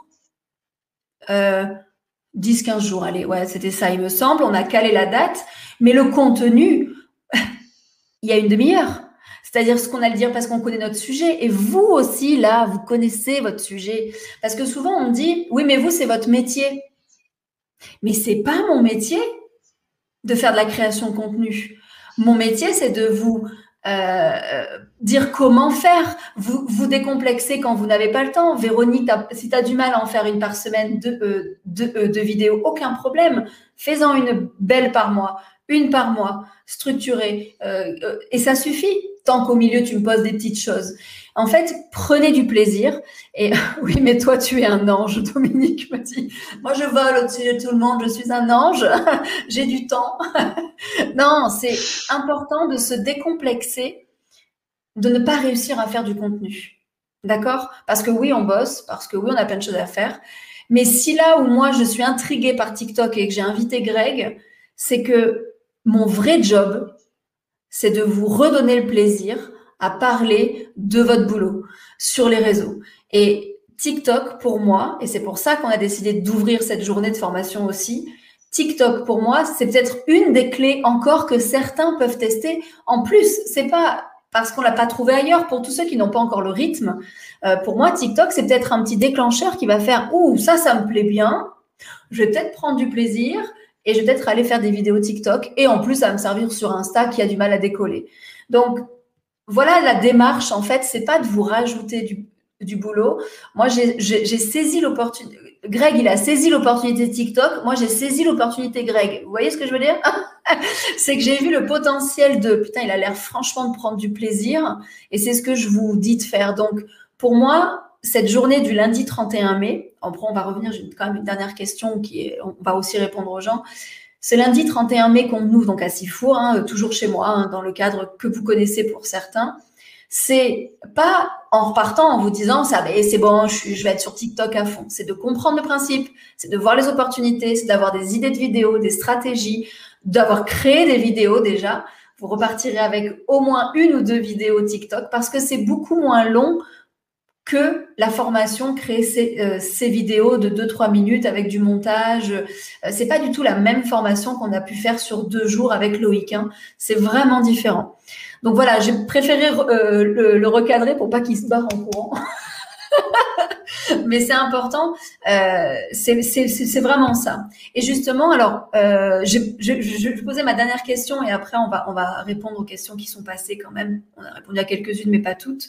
10-15 jours, allez, ouais, c'était ça, il me semble. On a calé la date, mais le contenu, il y a une demi-heure. C'est-à-dire ce qu'on a à le dire parce qu'on connaît notre sujet. Et vous aussi, là, vous connaissez votre sujet. Parce que souvent, on me dit, oui, mais vous, c'est votre métier. Mais c'est pas mon métier de faire de la création de contenu. Mon métier, c'est de vous dire comment faire, vous décomplexer quand vous n'avez pas le temps. Véronique, si tu as du mal à en faire une par semaine, de vidéos, aucun problème. Fais-en une belle par mois, une par mois, structurée. Et ça suffit, tant qu'au milieu, tu me poses des petites choses. En fait, prenez du plaisir. Et oui, mais toi, tu es un ange, Dominique me dit. Moi, je vole au-dessus de tout le monde, je suis un ange, j'ai du temps. Non, c'est important de se décomplexer, de ne pas réussir à faire du contenu. D'accord? Parce que oui, on bosse, parce que oui, on a plein de choses à faire. Mais si là où moi, je suis intriguée par TikTok et que j'ai invité Greg, c'est que mon vrai job, c'est de vous redonner le plaisir à parler de votre boulot sur les réseaux. Et TikTok, pour moi, et c'est pour ça qu'on a décidé d'ouvrir cette journée de formation aussi, TikTok, pour moi, c'est peut-être une des clés encore que certains peuvent tester. En plus, c'est pas parce qu'on l'a pas trouvé ailleurs. Pour tous ceux qui n'ont pas encore le rythme, pour moi, TikTok, c'est peut-être un petit déclencheur qui va faire « Ouh, ça me plaît bien. Je vais peut-être prendre du plaisir et je vais peut-être aller faire des vidéos TikTok. Et en plus, ça va me servir sur Insta qui a du mal à décoller. » Donc, voilà la démarche, en fait, c'est pas de vous rajouter du boulot. Moi, j'ai saisi l'opportunité. Greg, il a saisi l'opportunité TikTok. Moi, j'ai saisi l'opportunité Greg. Vous voyez ce que je veux dire? C'est que j'ai vu le potentiel de, putain, il a l'air franchement de prendre du plaisir. Et c'est ce que je vous dis de faire. Donc, pour moi, cette journée du lundi 31 mai, après, on va revenir, j'ai quand même une dernière question on va aussi répondre aux gens. Ce lundi 31 mai qu'on ouvre donc à Sifour, toujours chez moi, dans le cadre que vous connaissez pour certains, c'est pas en repartant en vous disant ça, mais c'est bon, je vais être sur TikTok à fond. C'est de comprendre le principe, c'est de voir les opportunités, c'est d'avoir des idées de vidéos, des stratégies, d'avoir créé des vidéos déjà. Vous repartirez avec au moins 1 ou 2 vidéos TikTok parce que c'est beaucoup moins long que la formation crée ces vidéos de 2-3 minutes avec du montage. C'est pas du tout la même formation qu'on a pu faire sur 2 jours avec Loïc. C'est vraiment différent. Donc voilà, j'ai préféré le recadrer pour pas qu'il se barre en courant. Mais c'est important, c'est vraiment ça. Et justement, alors, je posais ma dernière question et après on va répondre aux questions qui sont passées quand même. On a répondu à quelques-unes, mais pas toutes.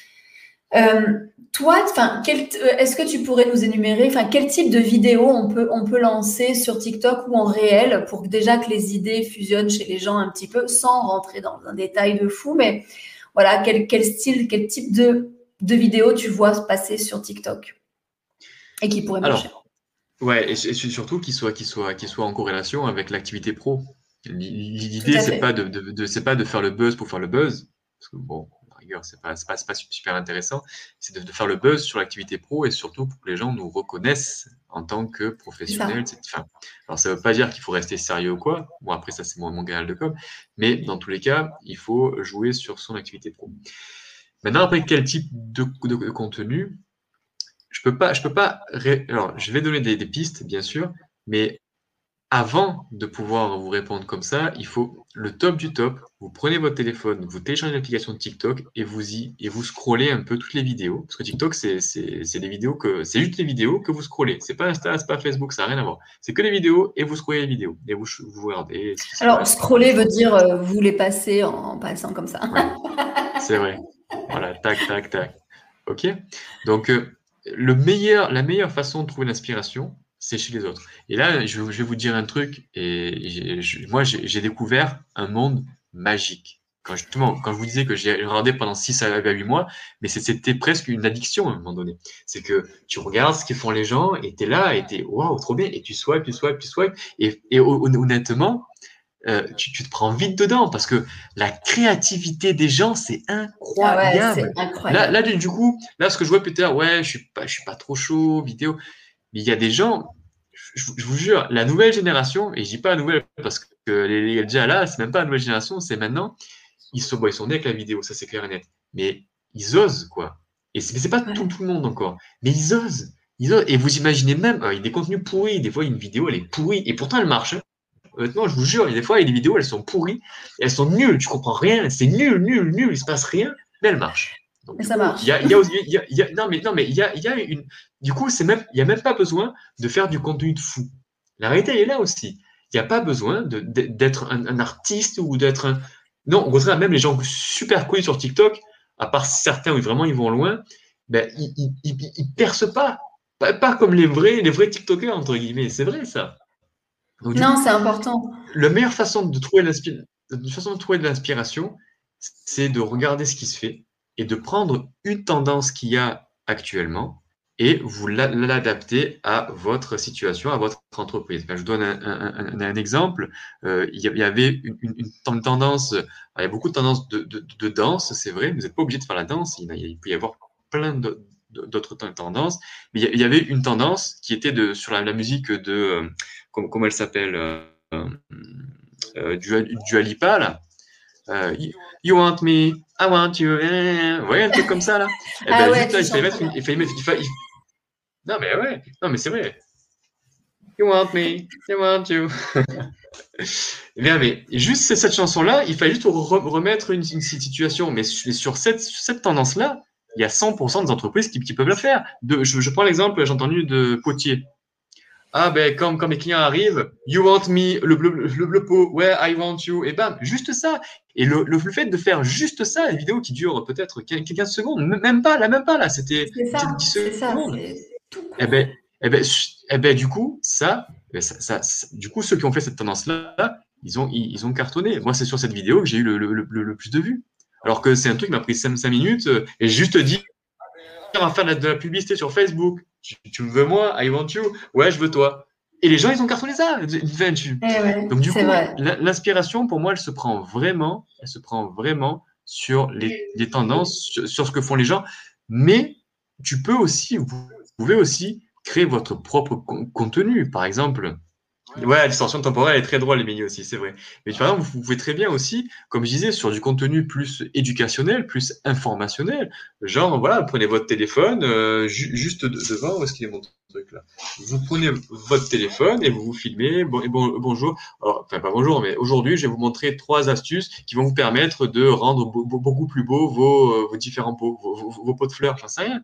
Toi, enfin, est-ce que tu pourrais nous énumérer, enfin, quel type de vidéo on peut lancer sur TikTok ou en réel pour déjà que les idées fusionnent chez les gens un petit peu, sans rentrer dans un détail de fou, mais voilà, quel style, quel type de vidéo tu vois se passer sur TikTok et qui pourrait marcher. Alors, ouais, et surtout qu'il soit en corrélation avec l'activité pro. Tout L'idée, à fait. c'est pas de faire le buzz pour faire le buzz, parce que bon, à la rigueur, c'est pas super intéressant. C'est de faire le buzz sur l'activité pro et surtout pour que les gens nous reconnaissent en tant que C'est ça. professionnels. Enfin, alors ça veut pas dire qu'il faut rester sérieux ou quoi. Bon, après, ça, c'est mon canal de com. Mais dans tous les cas, il faut jouer sur son activité pro. Maintenant, après, quel type de contenu? Je peux pas. Alors, je vais donner des pistes, bien sûr, mais avant de pouvoir vous répondre comme ça, il faut le top du top. Vous prenez votre téléphone, vous téléchargez l'application de TikTok et vous scrollez un peu toutes les vidéos. Parce que TikTok, c'est des vidéos c'est juste les vidéos que vous scrollez. C'est pas Insta, c'est pas Facebook, ça n'a rien à voir. C'est que les vidéos et vous scrollez les vidéos et vous regardez ce qui se Alors, passe. Voilà. scroller veut dire vous les passer en passant comme ça. Ouais, c'est vrai. Voilà, tac, tac, tac. Ok. Donc, la meilleure façon de trouver l'inspiration, c'est chez les autres. Et là, je vais vous dire un truc. Et moi, j'ai découvert un monde magique. Justement, quand je vous disais que j'ai regardé pendant 6 à 8 mois, mais c'était presque une addiction à un moment donné. C'est que tu regardes ce que font les gens et tu es là et tu es waouh, trop bien. Et tu swipes, tu swipes, tu swipes. Et honnêtement, tu te prends vite dedans parce que la créativité des gens, c'est Ah ouais, c'est incroyable. incroyable. Du coup, là, ce que je vois plus tard, ouais, je suis pas trop chaud, vidéo. Mais il y a des gens, je vous jure, la nouvelle génération, et je dis pas nouvelle parce que déjà là, c'est même pas la nouvelle génération, c'est maintenant, ils sont nés avec la vidéo, ça c'est clair et net. Mais ils osent, quoi. Mais c'est pas Ouais. tout le monde encore. Mais ils osent. Ils osent. Et vous imaginez même, il y a des contenus pourris. Des fois, une vidéo, elle est pourrie. Et pourtant, elle marche. Hein. Honnêtement, je vous jure, il y a des fois, il y a des vidéos, elles sont pourries, elles sont nulles, tu comprends rien, c'est nul, nul, nul, il se passe rien, mais elles marchent. Donc, Et du ça coup, marche. non, mais il y a une, du coup, il y a même pas besoin de faire du contenu de fou. La réalité, elle est là aussi. Il n'y a pas besoin d'être un artiste ou d'être un, non, au contraire, même les gens super connus sur TikTok, à part certains où vraiment ils vont loin, ben, ils percent pas. Pas comme les vrais TikTokers, entre guillemets. C'est vrai, ça. Donc, du Non, coup, c'est important. la meilleure façon de trouver de l'inspiration, c'est de regarder ce qui se fait et de prendre une tendance qu'il y a actuellement et vous l'adapter à votre situation, à votre entreprise. Enfin, je vous donne un exemple. Il y avait une tendance, il y a beaucoup de tendances de danse, c'est vrai. Vous n'êtes pas obligé de faire la danse. Il peut y avoir plein d'autres tendances. Mais il y avait une tendance qui était sur la musique comment elle s'appelle Dua Lipa, là. You want me, I want you. Vous voyez un truc comme ça, là. Eh Ah ben, ouais, juste là, tu il fallait chantes mettre très bien. Non, mais ouais. Non, mais c'est vrai. You want me, I want you. Eh bien, mais juste cette chanson-là, il fallait juste remettre une situation. Mais sur cette tendance-là, il y a 100% des entreprises qui peuvent le faire. Je prends l'exemple, j'ai entendu de Potier. Ah ben quand mes clients arrivent, you want me, le pot, ouais, I want you, et bam, juste ça. Et le fait de faire juste ça, une vidéo qui dure peut-être 15 secondes, même pas là, c'était C'est 10 ça, secondes. c'est tout Eh court. ben, eh ben du coup, du coup, ceux qui ont fait cette tendance-là, ils ont cartonné. Moi, c'est sur cette vidéo que j'ai eu le plus de vues. Alors que c'est un truc qui m'a pris 5 minutes et juste dit à faire de la publicité sur Facebook. Tu me veux moi, I want you. Ouais, je veux toi. Et les gens, ils ont cartonné ça. Eh ouais, Donc du c'est coup, vrai. l'inspiration, pour moi, elle se prend vraiment sur les tendances, sur ce que font les gens. Mais vous pouvez aussi créer votre propre contenu. Par exemple, ouais, la distorsion temporelle est très drôle, les milieux aussi, c'est vrai. Mais par exemple, vous pouvez très bien aussi, comme je disais, sur du contenu plus éducationnel, plus informationnel. Genre, voilà, vous prenez votre téléphone, juste devant, où est-ce qu'il est mon truc là? Vous prenez votre téléphone et vous vous filmez. Bonjour. Alors, enfin, pas bonjour, mais aujourd'hui, je vais vous montrer 3 astuces qui vont vous permettre de rendre beaucoup plus beau vos différents pots, vos pots de fleurs, j'en sais rien.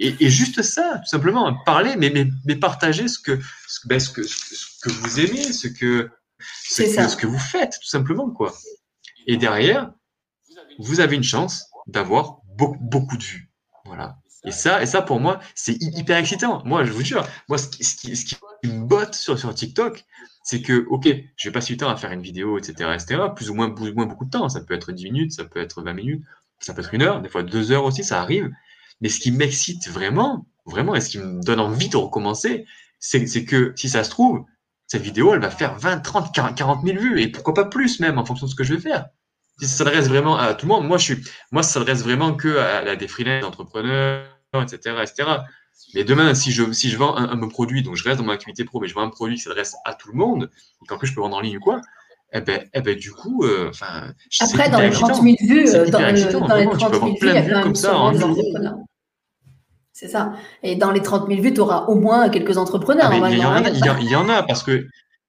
Et juste ça, tout simplement, parler, mais partager ce que vous aimez, ce que vous faites, tout simplement, quoi. Et derrière, vous avez une chance d'avoir beaucoup de vues. Voilà. Et ça, pour moi, c'est hyper excitant. Moi, je vous jure, moi, ce qui me botte sur TikTok, c'est que, ok, je vais passer du temps à faire une vidéo, etc., plus ou moins beaucoup de temps. Ça peut être 10 minutes, ça peut être 20 minutes, ça peut être 1 heure, des fois 2 heures aussi, ça arrive. Mais ce qui m'excite vraiment, vraiment, et ce qui me donne envie de recommencer, c'est que si ça se trouve, cette vidéo, elle va faire 20, 30, 40 000 vues, et pourquoi pas plus même, en fonction de ce que je vais faire. Si ça s'adresse vraiment à tout le monde, moi, ça s'adresse vraiment que à des freelance, entrepreneurs, etc. Mais demain, si je vends un produit, donc je reste dans mon activité pro, mais je vends un produit qui s'adresse à tout le monde, et qu'en plus je peux vendre en ligne ou quoi, du coup, après, dans les 30 000 vues, c'est hyper excitant, dans les vraiment, tu peux 30 000 avoir vues, il plein y a de vues quand comme même ça sûrement en des un jour. entrepreneurs. C'est ça. Et dans les 30 000 vues, tu auras au moins quelques entrepreneurs, Ah, mais il y normalement. en a, parce que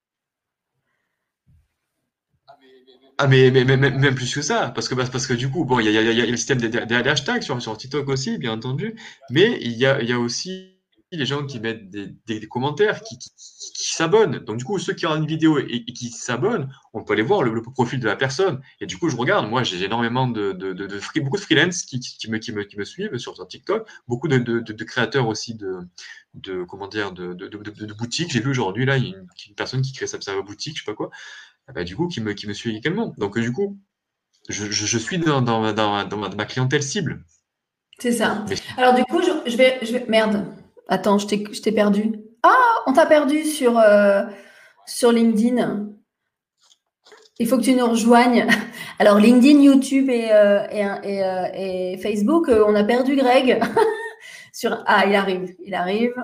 ah, mais même plus que ça, parce que du coup, bon, il y a le système des hashtags sur TikTok aussi, bien entendu, mais il y a aussi les gens qui mettent des commentaires, qui s'abonnent. Donc du coup, ceux qui regardent une vidéo et qui s'abonnent, on peut aller voir le profil de la personne. Et du coup, je regarde, moi, j'ai énormément beaucoup de freelance qui me suivent sur TikTok, beaucoup de créateurs aussi comment dire, de boutiques. J'ai vu aujourd'hui, là, il y a une personne qui crée sa boutique, je sais pas quoi, du coup, qui me suit également. Donc, du coup, je suis dans ma clientèle cible. C'est ça. Mais Alors du coup, je vais... Merde. Attends, je t'ai perdu. Ah, on t'a perdu sur LinkedIn. Il faut que tu nous rejoignes. Alors LinkedIn, YouTube et Facebook, on a perdu Greg. Ah, il arrive. Il arrive.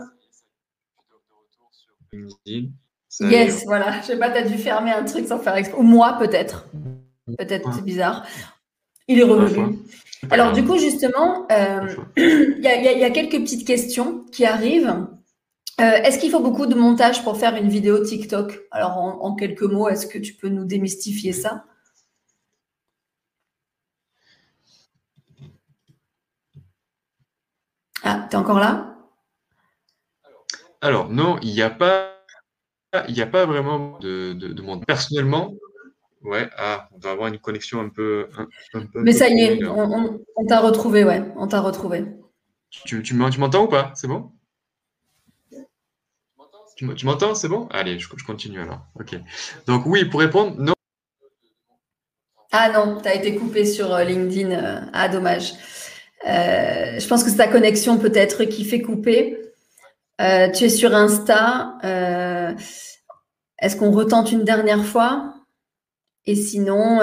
LinkedIn, ça y est. Yes, voilà. Je sais pas, tu as dû fermer un truc sans faire exprès. Ou moi, peut-être. Peut-être, c'est bizarre. Il est Ma foi. revenu. C'est pas Alors, du grave. coup, justement, Ma foi. il y a quelques petites questions qui arrivent. Est-ce qu'il faut beaucoup de montage pour faire une vidéo TikTok? Alors, en quelques mots, est-ce que tu peux nous démystifier ça? Ah, t'es encore là? Alors, non, il y a pas vraiment de montage. Personnellement, ouais, on va avoir une connexion un Mais peu ça y pourrie est, là. on t'a retrouvé, ouais, on t'a retrouvé. Tu m'entends ou pas? C'est bon? Tu m'entends? C'est bon? Allez, je continue alors. Ok. Donc oui, pour répondre, non. Ah non, t'as été coupé sur LinkedIn. Ah, dommage. Je pense que c'est ta connexion peut-être qui fait couper. Tu es sur Insta. Est-ce qu'on retente une dernière fois? Et sinon,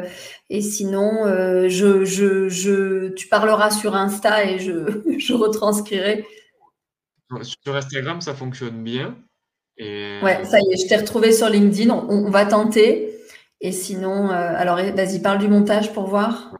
tu parleras sur Insta et je retranscrirai. Sur Instagram, ça fonctionne bien. Et Ouais, ça y est, je t'ai retrouvé sur LinkedIn. On va tenter. Et sinon, alors vas-y, parle du montage pour voir.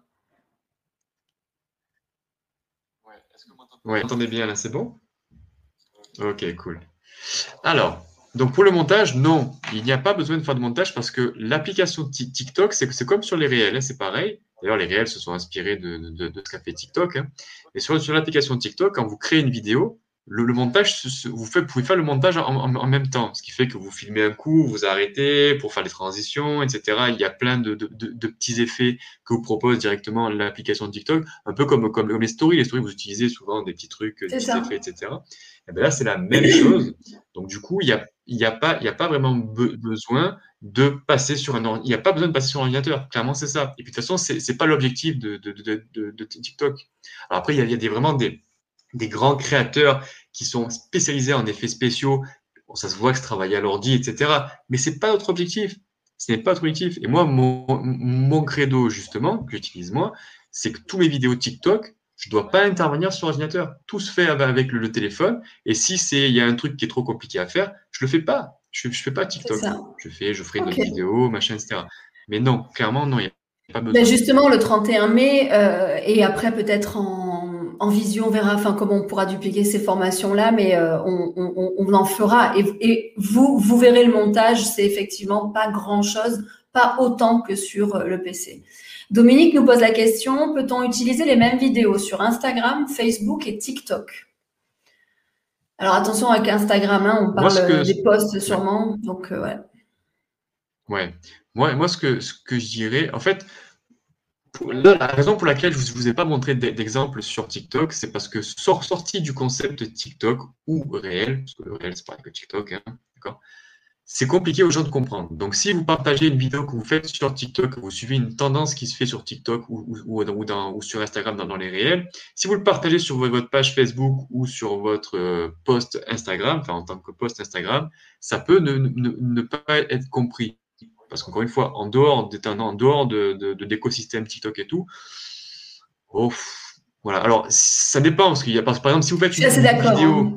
ouais, vous entendez bien là, c'est bon? Ok, cool. Alors, donc pour le montage, non, il n'y a pas besoin de faire de montage parce que l'application TikTok, c'est comme sur les réels, hein, c'est pareil. D'ailleurs, les réels se sont inspirés de ce qu'a fait TikTok, hein. Et sur l'application TikTok, quand vous créez une vidéo, le montage, vous pouvez faire le montage en même temps, ce qui fait que vous filmez un coup, vous arrêtez pour faire les transitions, etc. Il y a plein de petits effets que vous propose directement l'application TikTok, un peu comme les stories. Les stories, vous utilisez souvent des petits trucs, des C'est petits ça. effets, etc. Et bien là, c'est la même chose. Donc, du coup, il y a pas vraiment besoin de passer sur il n'y a pas besoin de passer sur un ordinateur. Clairement, c'est ça. Et puis, de toute façon, c'est pas l'objectif de TikTok. Alors après, il y a vraiment des grands créateurs qui sont spécialisés en effets spéciaux. Bon, ça se voit que c'est travaillé à l'ordi, etc. Mais c'est pas notre objectif. Ce n'est pas notre objectif. Et moi, mon credo, justement, que j'utilise moi, c'est que tous mes vidéos TikTok, je dois pas intervenir sur ordinateur. Tout se fait avec le téléphone. Et si il y a un truc qui est trop compliqué à faire, je le fais pas. Je fais pas C'est TikTok. ça. Je ferai une Ok. autre vidéo, machin, etc. Mais non, clairement, non, il n'y a pas Ben besoin. justement, le 31 mai, et après peut-être en visio, on verra enfin, comment on pourra dupliquer ces formations-là, mais on en fera. Et vous verrez le montage, c'est effectivement pas grand-chose, pas autant que sur le PC. Dominique nous pose la question, peut-on utiliser les mêmes vidéos sur Instagram, Facebook et TikTok? Alors attention avec Instagram, hein, on Moi, parle des posts ouais, sûrement. Donc, ouais. ouais. Moi, ce que je dirais, en fait, la raison pour laquelle je vous ai pas montré d'exemple sur TikTok, c'est parce que sorti du concept TikTok ou réel, parce que le réel, c'est pareil que TikTok, hein, d'accord? C'est compliqué aux gens de comprendre. Donc, si vous partagez une vidéo que vous faites sur TikTok, vous suivez une tendance qui se fait sur TikTok ou sur Instagram dans les réels, si vous le partagez sur votre page Facebook ou sur votre post Instagram, enfin en tant que post Instagram, ça peut ne pas être compris. Parce qu'encore une fois, en dehors de l'écosystème TikTok et tout, oh, voilà. Alors, ça dépend, parce qu'il y a, par exemple, si vous Je faites suis assez une d'accord, vidéo, hein.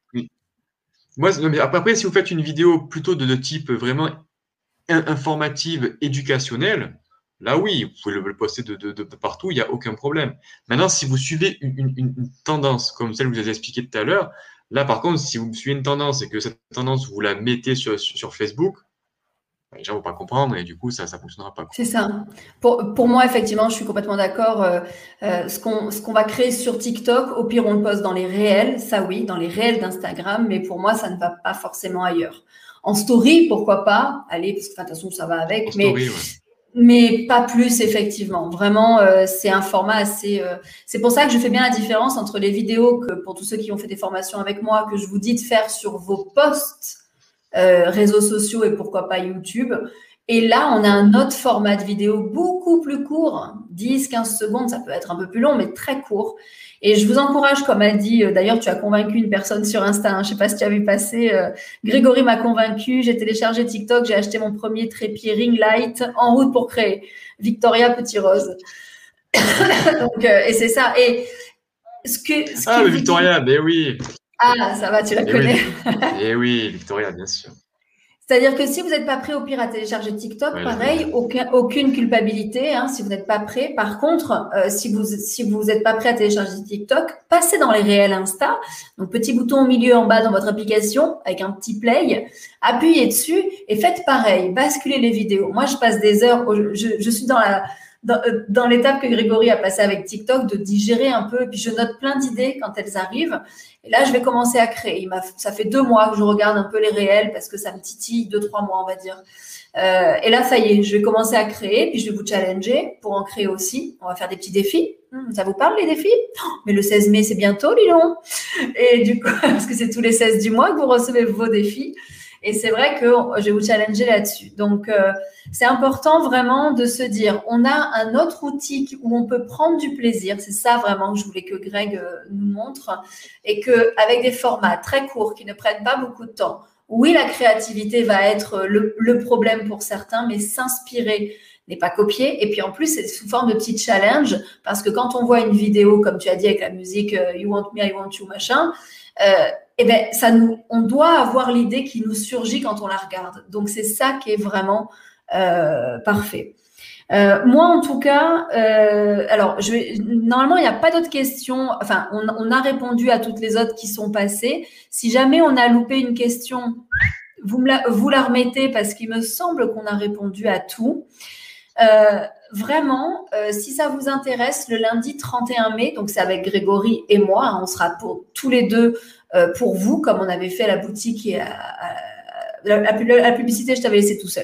moi, non, mais après, si vous faites une vidéo plutôt de type vraiment informative, éducationnelle, là oui, vous pouvez le poster de partout, il n'y a aucun problème. Maintenant, si vous suivez une tendance comme celle que je vous ai expliquée tout à l'heure, là par contre, si vous suivez une tendance et que cette tendance, vous la mettez sur Facebook, les gens ne vont pas comprendre et du coup, ça ne fonctionnera pas, quoi. C'est ça. Pour moi, effectivement, je suis complètement d'accord. Ce qu'on va créer sur TikTok, au pire, on le poste dans les réels, ça oui, dans les réels d'Instagram, mais pour moi, ça ne va pas forcément ailleurs. En story, pourquoi pas? Allez, parce que enfin, de toute façon, ça va En avec, story, ouais. mais pas plus, effectivement. Vraiment, c'est un format assez. C'est pour ça que je fais bien la différence entre les vidéos que, pour tous ceux qui ont fait des formations avec moi, que je vous dis de faire sur vos posts réseaux sociaux et pourquoi pas YouTube. Et là, on a un autre format de vidéo beaucoup plus court, 10-15 secondes, ça peut être un peu plus long, mais très court. Et je vous encourage, comme a dit, d'ailleurs, tu as convaincu une personne sur Insta, hein, je ne sais pas si tu as vu passer, Grégory m'a convaincu, j'ai téléchargé TikTok, j'ai acheté mon premier trépied ring light en route pour créer Victoria Petit Rose. Donc, et c'est ça. Et ce Ah, qu'il le vous dit, Victoria, mais oui, ah, ça va, tu la mais oui, connais. mais oui, Victoria, bien sûr. C'est-à-dire que si vous n'êtes pas prêt au pire à télécharger TikTok, Ouais, je vois pareil, bien. aucune culpabilité, hein, si vous n'êtes pas prêt. Par contre, si vous n'êtes pas prêt à télécharger TikTok, passez dans les réels Insta. Donc petit bouton au milieu en bas dans votre application avec un petit play, appuyez dessus et faites pareil, basculez les vidéos. Moi, je passe des heures, je suis dans l'étape que Grégory a passée avec TikTok, de digérer un peu, et puis je note plein d'idées quand elles arrivent. Et là, je vais commencer à créer. Ça fait 2 mois que je regarde un peu les réels parce que ça me titille, 2-3 mois, on va dire. Et là, ça y est, je vais commencer à créer, puis je vais vous challenger pour en créer aussi. On va faire des petits défis. Ça vous parle, les défis? Mais le 16 mai, c'est bientôt, Lilon. Et du coup, parce que c'est tous les 16 du mois que vous recevez vos défis. Et c'est vrai que je vais vous challenger là-dessus. Donc, c'est important vraiment de se dire, on a un autre outil où on peut prendre du plaisir. C'est ça vraiment que je voulais que Greg nous montre. Et qu'avec des formats très courts qui ne prennent pas beaucoup de temps, oui, la créativité va être le problème pour certains, mais s'inspirer n'est pas copier. Et puis en plus, c'est sous forme de petits challenges, parce que quand on voit une vidéo, comme tu as dit avec la musique You Want Me, I Want You, machin, eh ben, on doit avoir l'idée qui nous surgit quand on la regarde. Donc c'est ça qui est vraiment parfait. Moi, en tout cas, alors, normalement, il n'y a pas d'autres questions. Enfin, on a répondu à toutes les autres qui sont passées. Si jamais on a loupé une question, vous la remettez parce qu'il me semble qu'on a répondu à tout. Vraiment, si ça vous intéresse, le lundi 31 mai, donc c'est avec Grégory et moi, hein, on sera pour tous les deux pour vous, comme on avait fait à la boutique et la publicité, je t'avais laissé tout seul.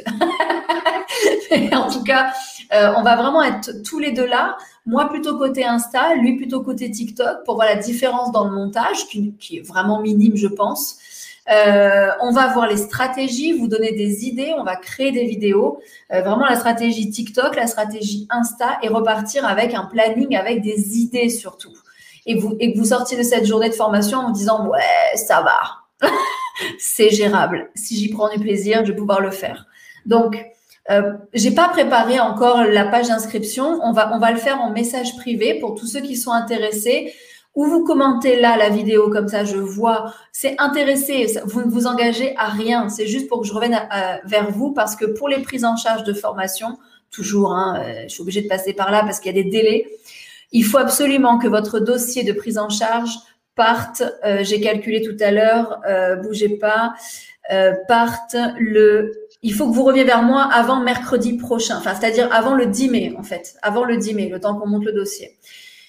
En tout cas, on va vraiment être tous les deux là. Moi plutôt côté Insta, lui plutôt côté TikTok, pour voir la différence dans le montage, qui est vraiment minime, je pense. On va voir les stratégies, vous donner des idées, on va créer des vidéos, vraiment la stratégie TikTok, la stratégie Insta, et repartir avec un planning, avec des idées surtout. Et que vous sortiez de cette journée de formation en vous disant, ouais, ça va, c'est gérable. Si j'y prends du plaisir, je vais pouvoir le faire. Donc, j'ai pas préparé encore la page d'inscription. On va le faire en message privé pour tous ceux qui sont intéressés. Ou vous commentez là la vidéo, comme ça je vois. C'est intéressé, vous ne vous engagez à rien. C'est juste pour que je revienne vers vous, parce que pour les prises en charge de formation, toujours, hein, je suis obligée de passer par là parce qu'il y a des délais. Il faut absolument que votre dossier de prise en charge parte, j'ai calculé tout à l'heure, bougez pas, parte il faut que vous reveniez vers moi avant mercredi prochain, enfin, c'est-à-dire avant le 10 mai, en fait, avant le 10 mai, le temps qu'on monte le dossier.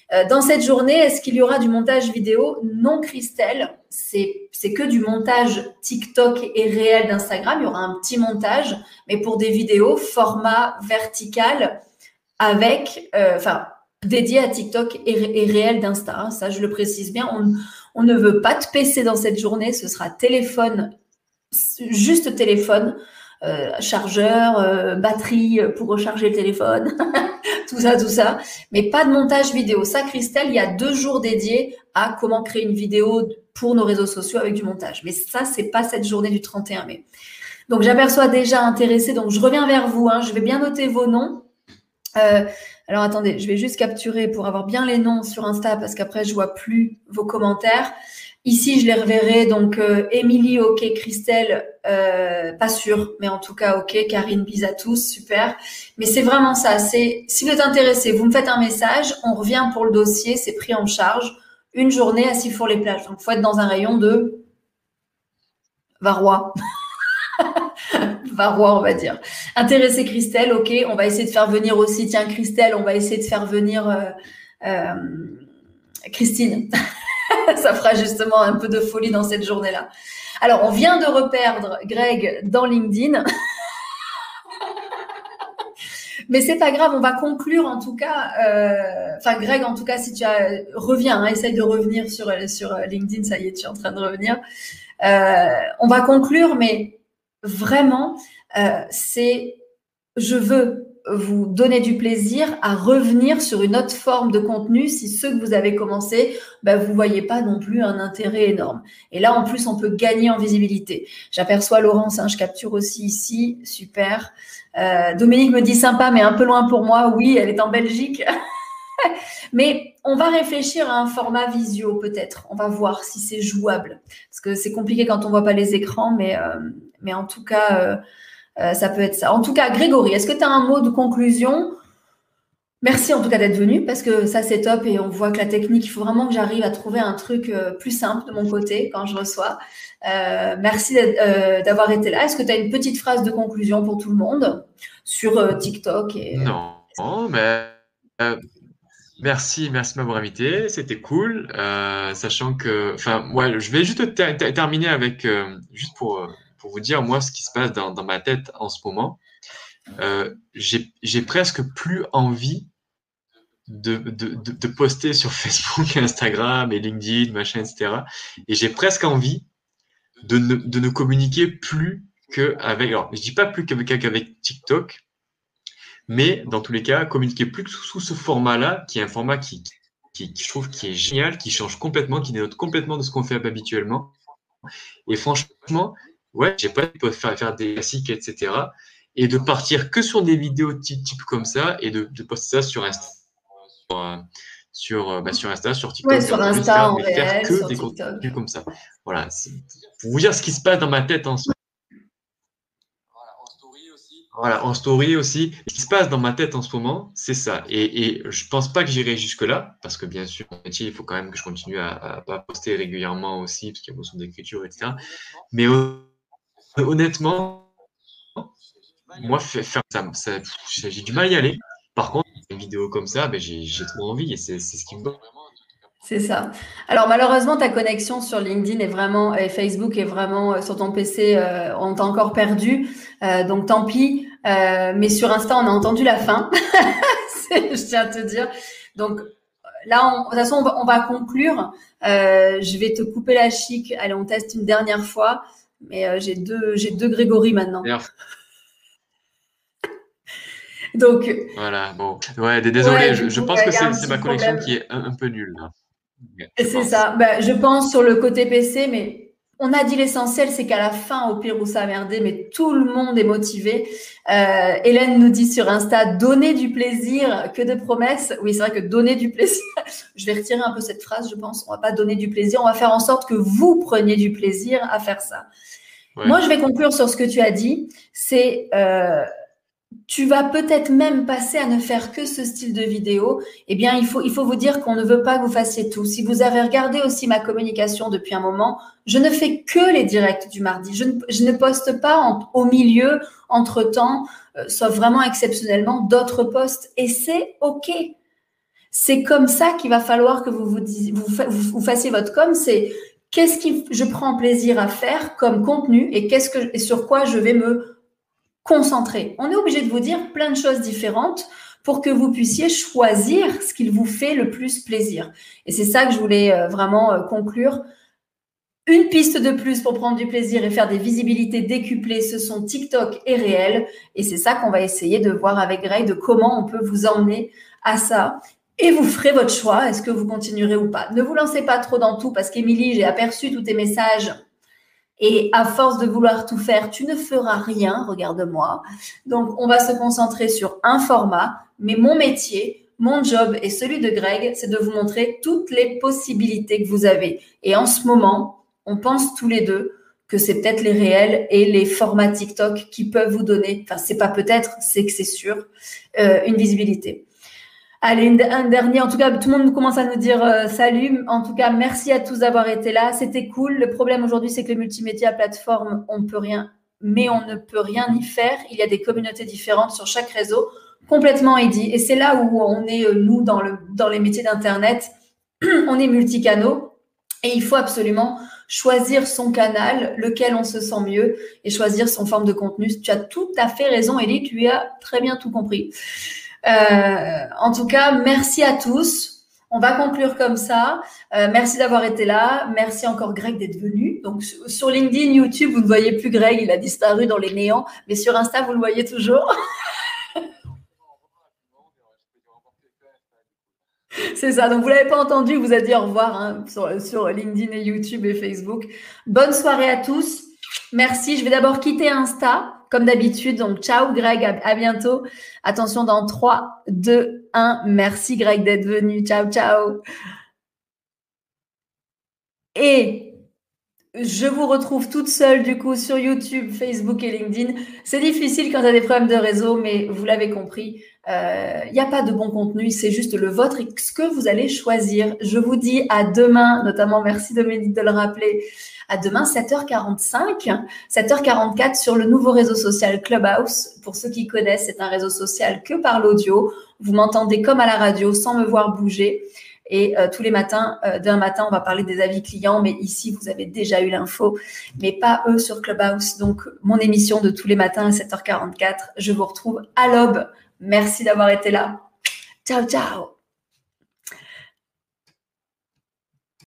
Dans cette journée, est-ce qu'il y aura du montage vidéo? Non, Christelle, c'est que du montage TikTok et réel d'Instagram. Il y aura un petit montage, mais pour des vidéos format vertical avec, dédié à TikTok et réel d'Insta. Hein. Ça, je le précise bien. On ne veut pas de PC dans cette journée. Ce sera téléphone, juste téléphone, chargeur, batterie pour recharger le téléphone, tout ça. Mais pas de montage vidéo. Ça, Christelle, il y a 2 jours dédiés à comment créer une vidéo pour nos réseaux sociaux avec du montage. Mais ça, c'est pas cette journée du 31 mai. Donc, j'aperçois déjà intéressé. Donc, je reviens vers vous. Hein. Je vais bien noter vos noms. Alors, attendez, je vais juste capturer pour avoir bien les noms sur Insta parce qu'après, je vois plus vos commentaires. Ici, je les reverrai. Donc, Émilie, OK. Christelle, pas sûr, mais en tout cas, OK. Karine, bis à tous, super. Mais c'est vraiment ça. Si vous êtes intéressé, vous me faites un message, on revient pour le dossier, c'est pris en charge. Une journée à Sifour-les-Plages. Donc, il faut être dans un rayon de Varois. Varois, on va dire. Intéressé Christelle, OK. On va essayer de faire venir aussi, tiens, Christelle, on va essayer de faire venir Christine. Ça fera justement un peu de folie dans cette journée-là. Alors, on vient de reperdre Greg dans LinkedIn. Mais c'est pas grave, on va conclure en tout cas. Greg, en tout cas, si tu reviens, hein, essaye de revenir sur LinkedIn. Ça y est, tu es en train de revenir. On va conclure, mais vraiment, je veux vous donner du plaisir à revenir sur une autre forme de contenu si ceux que vous avez commencé, vous voyez pas non plus un intérêt énorme. Et là, en plus, on peut gagner en visibilité. J'aperçois Laurence, hein, je capture aussi ici, super. Dominique me dit sympa, mais un peu loin pour moi. Oui, elle est en Belgique. Mais on va réfléchir à un format visio peut-être. On va voir si c'est jouable. Parce que c'est compliqué quand on voit pas les écrans, mais en tout cas, ça peut être ça. En tout cas, Grégory, est-ce que tu as un mot de conclusion? Merci en tout cas d'être venu parce que ça, c'est top et on voit que la technique, il faut vraiment que j'arrive à trouver un truc plus simple de mon côté quand je reçois. Merci d'avoir été là. Est-ce que tu as une petite phrase de conclusion pour tout le monde sur TikTok Non, mais merci de m'avoir invité, c'était cool. Sachant que, je vais juste terminer avec, juste pour vous dire, moi, ce qui se passe dans ma tête en ce moment. J'ai presque plus envie de poster sur Facebook, Instagram et LinkedIn, machin, etc. Et j'ai presque envie de ne communiquer plus qu'avec, alors je dis pas plus qu'avec TikTok, mais dans tous les cas, communiquer plus que sous ce format-là, qui est un format qui je trouve qui est génial, qui change complètement, qui dénote complètement de ce qu'on fait habituellement. Et franchement, ouais, j'ai pas envie de faire des classiques, etc. Et de partir que sur des vidéos type comme ça et de poster ça sur Insta, sur Insta, sur TikTok, ouais, sur Insta, en mais faire réel, que sur des TikTok. contenus comme ça. Voilà, pour vous dire ce qui se passe dans ma tête en ce moment. Voilà, en story aussi. Ce qui se passe dans ma tête en ce moment, c'est ça. Et je pense pas que j'irai jusque-là, parce que bien sûr, mon métier, il faut quand même que je continue à poster régulièrement aussi, parce qu'il y a besoin d'écriture, etc. Mais honnêtement, moi, faire ça j'ai du mal à y aller. Par contre, une vidéo comme ça, j'ai trop envie et c'est ce qui me donne. C'est ça. Alors malheureusement, ta connexion sur LinkedIn et Facebook est vraiment sur ton PC, on t'a encore perdu. Donc tant pis. Mais sur Insta, on a entendu la fin. Je tiens à te dire. Donc là, de toute façon, on va conclure. Je vais te couper la chic. Allez, on teste une dernière fois. Mais j'ai deux Grégory maintenant. Merci. Donc voilà, bon. Ouais, désolé, je pense que c'est ma connexion qui est un peu nulle. Là. C'est ça. Je pense sur le côté PC, mais on a dit l'essentiel, c'est qu'à la fin, au pire où ça a merdé, mais tout le monde est motivé. Hélène nous dit sur Insta, donner du plaisir, que de promesses. Oui, c'est vrai que donner du plaisir. Je vais retirer un peu cette phrase, je pense. On va pas donner du plaisir, on va faire en sorte que vous preniez du plaisir à faire ça. Ouais. Moi, je vais conclure sur ce que tu as dit. C'est tu vas peut-être même passer à ne faire que ce style de vidéo. Eh bien, il faut vous dire qu'on ne veut pas que vous fassiez tout. Si vous avez regardé aussi ma communication depuis un moment, je ne fais que les directs du mardi. Je ne poste pas au milieu, entre-temps, sauf vraiment exceptionnellement, d'autres posts. Et c'est OK. C'est comme ça qu'il va falloir que vous fassiez votre com. C'est qu'est-ce que je prends plaisir à faire comme contenu et sur quoi je vais me concentrer. On est obligé de vous dire plein de choses différentes pour que vous puissiez choisir ce qui vous fait le plus plaisir. Et c'est ça que je voulais vraiment conclure. Une piste de plus pour prendre du plaisir et faire des visibilités décuplées, ce sont TikTok et Réel. Et c'est ça qu'on va essayer de voir avec Greg, de comment on peut vous emmener à ça. Et vous ferez votre choix. Est-ce que vous continuerez ou pas? Ne vous lancez pas trop dans tout parce qu'Émilie, j'ai aperçu tous tes messages. Et à force de vouloir tout faire, tu ne feras rien, regarde-moi. Donc, on va se concentrer sur un format. Mais mon métier, mon job et celui de Greg, c'est de vous montrer toutes les possibilités que vous avez. Et en ce moment, on pense tous les deux que c'est peut-être les réels et les formats TikTok qui peuvent vous donner, enfin, c'est pas peut-être, c'est que c'est sûr, une visibilité. Allez, un dernier, en tout cas, tout le monde commence à nous dire salut. En tout cas, merci à tous d'avoir été là. C'était cool. Le problème aujourd'hui, c'est que le multimédia plateforme, on peut rien, mais on ne peut rien y faire. Il y a des communautés différentes sur chaque réseau, complètement inédit. Et c'est là où on est, nous, dans les métiers d'Internet, on est multicanaux et il faut absolument choisir son canal, lequel on se sent mieux, et choisir son forme de contenu. Tu as tout à fait raison, Elie, tu as très bien tout compris. En tout cas, merci à tous. On va conclure comme ça. Merci d'avoir été là. Merci encore Greg d'être venu. Donc sur LinkedIn, YouTube, vous ne voyez plus Greg, il a disparu dans les néants, mais sur Insta, vous le voyez toujours. C'est ça, donc vous ne l'avez pas entendu, vous a dit au revoir hein, sur LinkedIn et YouTube et Facebook. Bonne soirée à tous. Merci. Je vais d'abord quitter Insta, comme d'habitude. Donc, ciao Greg, à bientôt. Attention, dans 3, 2, 1. Merci Greg d'être venu. Ciao, ciao. Et je vous retrouve toute seule du coup sur YouTube, Facebook et LinkedIn. C'est difficile quand il y a des problèmes de réseau, mais vous l'avez compris. Il n'y a pas de bon contenu, c'est juste le vôtre et ce que vous allez choisir. Je vous dis à demain, notamment merci Dominique de le rappeler, à demain 7h45, 7h44 sur le nouveau réseau social Clubhouse. Pour ceux qui connaissent, c'est un réseau social que par l'audio. Vous m'entendez comme à la radio sans me voir bouger. Et tous les matins, d'un matin, on va parler des avis clients, mais ici, vous avez déjà eu l'info, mais pas eux sur Clubhouse. Donc, mon émission de tous les matins à 7h44, je vous retrouve à l'aube. Merci d'avoir été là. Ciao, ciao.